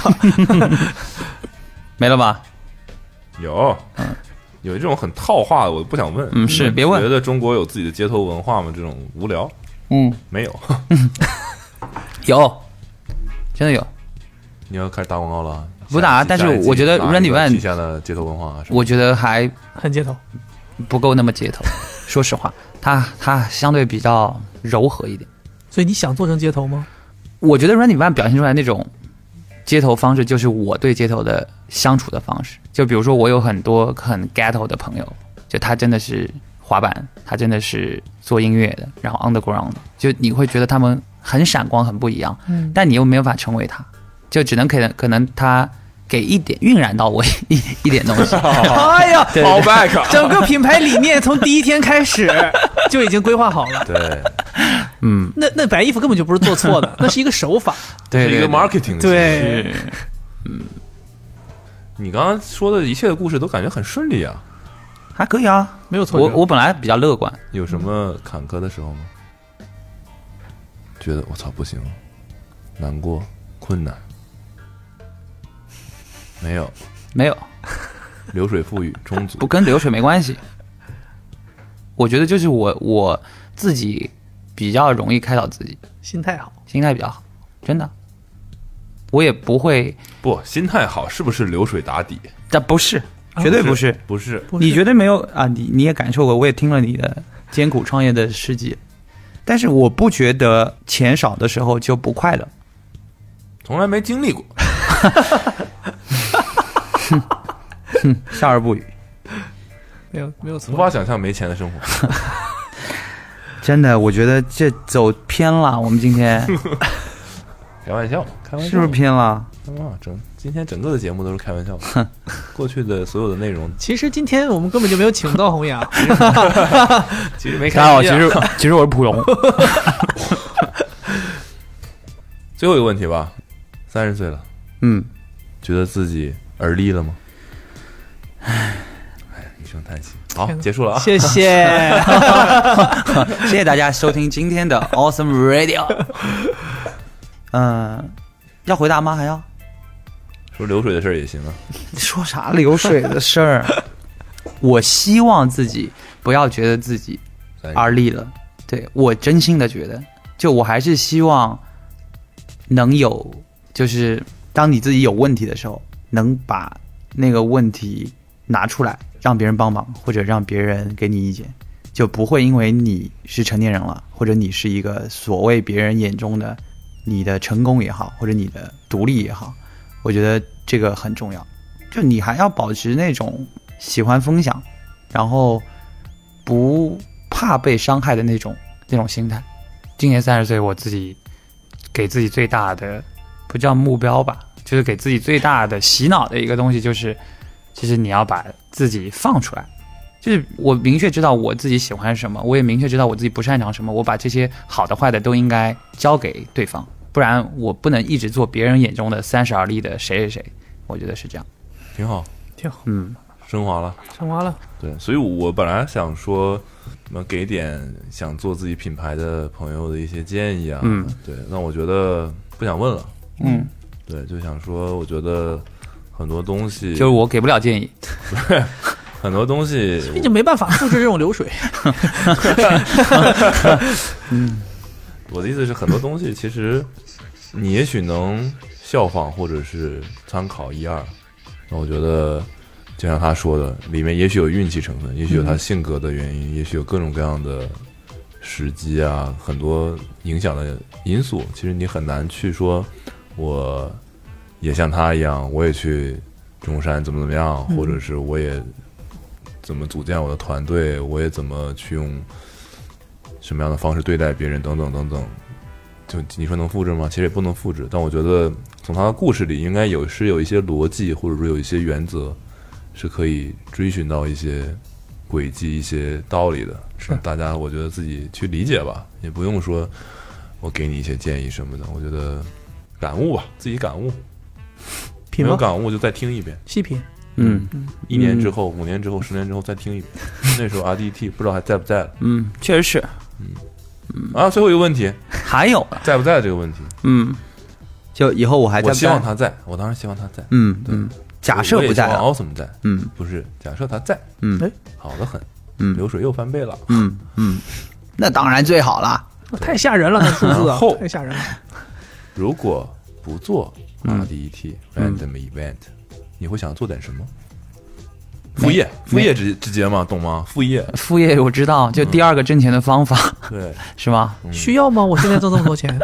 没了吧？ 有，有这种很套话的，我不想问。 嗯是别问觉得中国有自己的街头文化吗？这种无聊， 嗯， 没有。 有，真的有。 你要开始打广告了啊？ 不打下一期但是下一期我觉得打一个 Randy Van 旗下的街头文化啊什么的， 我觉得还很街头， 不够那么街头。说实话，它它相对比较柔和一点。 所以你想做成街头吗？ 我觉得 Randy Van 表现出来那种街头方式，就是我对街头的相处的方式。就比如说，我有很多很 ghetto 的朋友，就他真的是滑板，他真的是做音乐的，然后 underground 的，就你会觉得他们很闪光，很不一样， 嗯， 但你又没有办法成为他，就只能可能可能他给一点晕染到我一一点东西。 哎呀， 对 ，All back， 整个品牌理念从第一天开始就已经规划好了。 对， 嗯， 那那白衣服根本就不是做错的，那是一个手法。 对是一个对 marketing。 对， 是你刚刚说的一切的故事都感觉很顺利啊， 还可以啊。 没有错。 我我本来比较乐观， 有什么坎坷的时候吗？觉得我操不行了，难过、困难，没有， 没有流水富裕充足不，跟流水没关系。我觉得就是我我自己比较容易开导自己， 心态好， 心态比较好，真的。我也不会， 不，心态好是不是流水打底？ 但不是，绝对不是。 不是， 不是你绝对没有啊！你你也感受过，我也听了你的艰苦创业的事迹，但是我不觉得钱少的时候就不快乐。 从来没经历过。 笑而不语。 没有没有错无。法想象没钱的生活。 真的，我觉得这走偏了。我们今天开玩笑，开玩笑， 是不是偏了？ 啊？整今天整个的节目都是开玩笑的，过去的所有的内容其实今天我们根本就没有请到洪雅， 其实没大家好， 开机啊。 其实其实我是普龙。 最后一个问题吧，三十岁了， 嗯， 觉得自己而立了吗？唉，一声叹息。好，结束了啊。 谢谢。 谢谢大家收听今天的 Awesome Radio。嗯、要回答吗？还要说流水的事儿也行啊。 说啥流水的事儿？我希望自己不要觉得自己而立了。对，我真心的觉得，就我还是希望能有，就是当你自己有问题的时候，能把那个问题拿出来，让别人帮忙，或者让别人给你意见，就不会因为你是成年人了，或者你是一个所谓别人眼中的你的成功也好，或者你的独立也好，我觉得这个很重要。就你还要保持那种喜欢分享，然后不怕被伤害的那种那种心态。 今年三十岁，我自己给自己最大的不叫目标吧，就是给自己最大的洗脑的一个东西，就是其实你要把自己放出来。就是我明确知道我自己喜欢什么，我也明确知道我自己不擅长什么，我把这些好的坏的都应该交给对方，不然我不能一直做别人眼中的三十而立的谁谁谁。我觉得是这样， 挺好， 挺好， 嗯， 升华了， 升华了。 对，所以我本来想说，那么给点想做自己品牌的朋友的一些建议啊， 嗯， 对，那我觉得不想问了， 嗯， 对，就想说，我觉得很多东西就是我给不了建议， 很多东西毕竟没办法复制这种流水。 嗯，我的意思是，很多东西其实你也许能效仿或者是参考一二，那我觉得就像他说的，里面也许有运气成分，也许有他性格的原因，也许有各种各样的时机啊，很多影响的因素。其实你很难去说，我也像他一样，我也去中山怎么怎么样，或者是我也怎么组建我的团队，我也怎么去用什么样的方式对待别人，等等等等。就你说能复制吗？其实也不能复制，但我觉得从他的故事里应该有是有一些逻辑，或者说有一些原则是可以追寻到一些轨迹、一些道理的。是大家我觉得自己去理解吧，也不用说我给你一些建议什么的。我觉得感悟吧，自己感悟， 品没有感悟就再听一遍， 细品。 嗯， 一年之后、五年之后、十年之后再听一遍，那时候 R D T 不知道还在不在了。 嗯，确实是。 嗯啊，最后一个问题， 还有在不在这个问题？ 嗯，就以后我还在不在？ 我希望他在，我当然希望他在。 嗯嗯，假设不在了 ，Awesome 在。 嗯， 不是，假设他在。 嗯， 哎， 好的很。 嗯， 流水又翻倍了。 嗯嗯，那当然最好了。 太吓人了，那数字啊，太吓人了。 如果不做 R D T Random Event，你会想做点什么？副业，副业直直接吗？懂吗？副业， 副业我知道，就第二个挣钱的方法， 对， 是吗？ 需要吗？我现在挣这么多钱，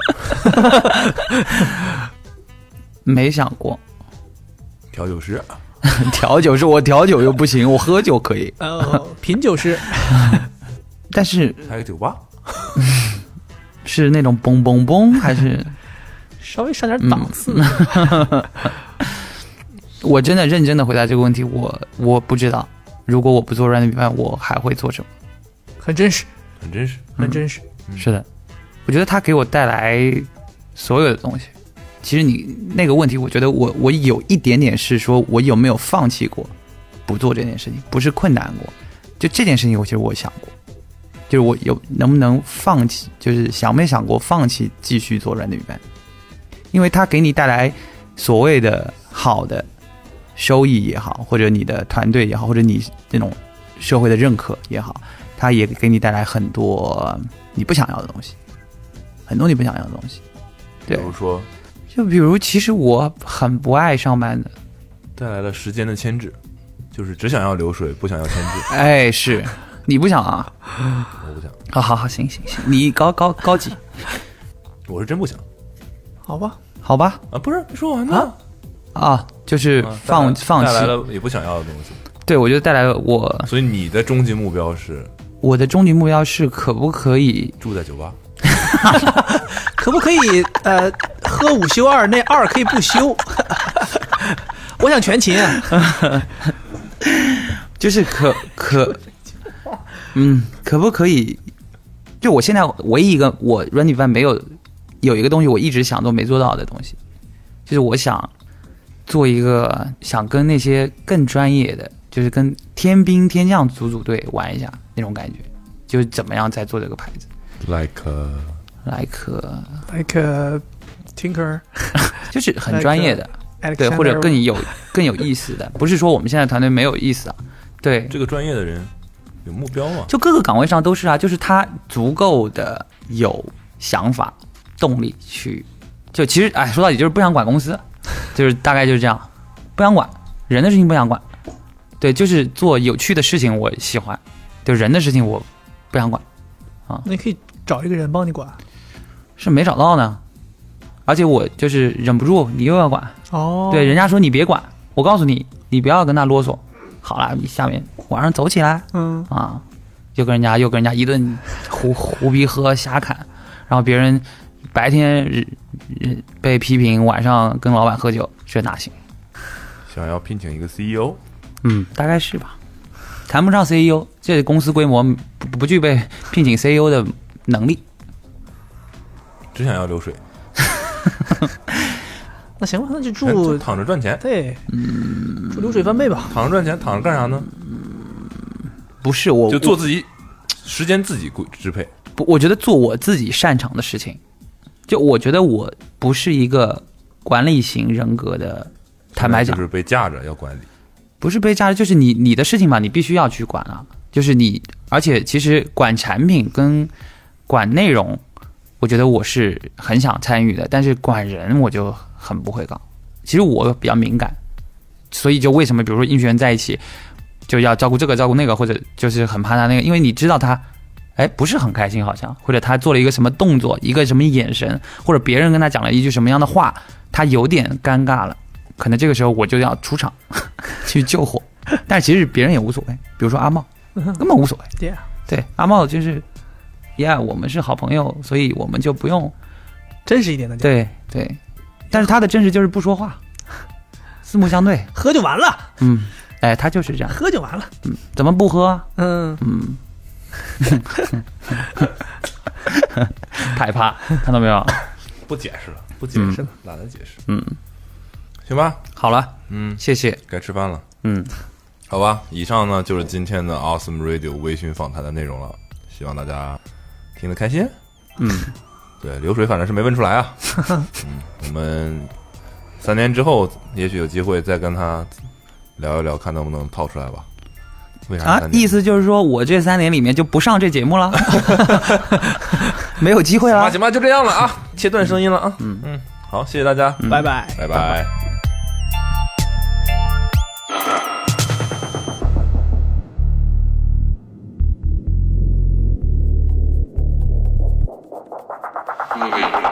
没想过。 调酒师， 调酒师，我调酒又不行，我喝酒可以。 哦，品酒师， 但是还有酒吧， 是那种嘣嘣嘣，还是稍微上点档次？ 嗯我真的认真的回答这个问题，我我不知道，如果我不做 Random Event， 我还会做什么？ 很真实， 很真实， 很真实。 嗯、是的，我觉得它给我带来所有的东西。其实你那个问题，我觉得我我有一点点是说，我有没有放弃过不做这件事情？不是困难过，就这件事情，我其实我想过，就是我有能不能放弃，就是想没想过放弃继续做 Random Event， 因为它给你带来所谓的好的收益也好，或者你的团队也好，或者你那种社会的认可也好，它也给你带来很多你不想要的东西，很多你不想要的东西。对， 比如说， 就比如，其实我很不爱上班的， 带来了时间的牵制，就是只想要流水，不想要牵制。 哎，是你不想啊？ 我不想。 好好好，行行行，你高高高级， 我是真不想。 好吧， 好吧。 啊，不是，没说完呢。 啊啊，就是放、 啊、 放弃， 带来了也不想要的东西。 对，我觉得带来了我。 所以你的终极目标是？ 我的终极目标是可不可以住在酒吧？ 可不可以呃喝五休二，那二可以不休？我想全勤、啊。 就是可可，嗯，可不可以？就我现在唯一一个我 Random Event 没有有一个东西，我一直想都没做到的东西，就是我想。做一个想跟那些更专业的，就是跟天兵天将组组队玩一下那种感觉，就是怎么样在做这个牌子 ，like like like Tinker， 就是很专业的， like 对，或者更有更有意思的，不是说我们现在团队没有意思啊，对， 这个专业的人有目标嘛， 就各个岗位上都是啊，就是他足够的有想法、动力去，就其实哎，说到底就是不想管公司。就是大概就是这样，不想管人的事情，不想管，对，就是做有趣的事情，我喜欢，就人的事情我不想管啊。 那你可以找一个人帮你管， 是没找到呢。 而且我就是忍不住，你又要管， 哦， 对，人家说你别管，我告诉你，你不要跟他啰嗦。好了，你下面晚上走起来， 嗯啊，又跟人家又跟人家一顿胡胡逼喝瞎侃，然后别人白天被批评，晚上跟老板喝酒，这哪行？ 想要聘请一个 C E O， 嗯，大概是吧，谈不上 C E O， 这公司规模不不具备聘请 C E O 的能力。 只想要流水， 那行吧，那就哎祝就躺着赚钱， 对，祝流水翻倍吧。 躺着赚钱，躺着干啥呢？ 不是我就做自己时间自己规支配。 不，我觉得做我自己擅长的事情。就我觉得我不是一个管理型人格的，坦白讲， 就是被架着要管理。 不是被架着，就是你你的事情嘛，你必须要去管啊。就是你，而且其实管产品跟管内容，我觉得我是很想参与的，但是管人我就很不会搞。其实我比较敏感，所以就为什么比如说应学员在一起，就要照顾这个照顾那个，或者就是很怕他那个，因为你知道他，哎，不是很开心好像，或者他做了一个什么动作，一个什么眼神，或者别人跟他讲了一句什么样的话，他有点尴尬了，可能这个时候我就要出场去救火。但是其实别人也无所谓，比如说阿茂根本无所谓。 对啊， 对，阿茂就是呀，我们是好朋友，所以我们就不用真实一点的讲， 对对。但是他的真实就是不说话，四目相对。 喝就完了， 嗯，哎，他就是这样。 喝就完了。 嗯，怎么不喝啊？ 嗯嗯，害怕，看到没有？ 不解释了，不解释了，懒得解释。 嗯， 行吧， 好了， 嗯， 谢谢。 该吃饭了。 嗯， 好吧，以上呢就是今天的 Awesome Radio 微醺访谈的内容了，希望大家听得开心。 嗯， 对，流水反正是没问出来啊。嗯，我们三年之后也许有机会再跟他聊一聊，看能不能套出来吧。为啥啊三，年意思就是说我这三年里面就不上这节目了，没有机会了。 行吧，行吧，就这样了啊，切断声音了啊。嗯嗯，好，谢谢大家， 拜拜， 拜拜。 Movie.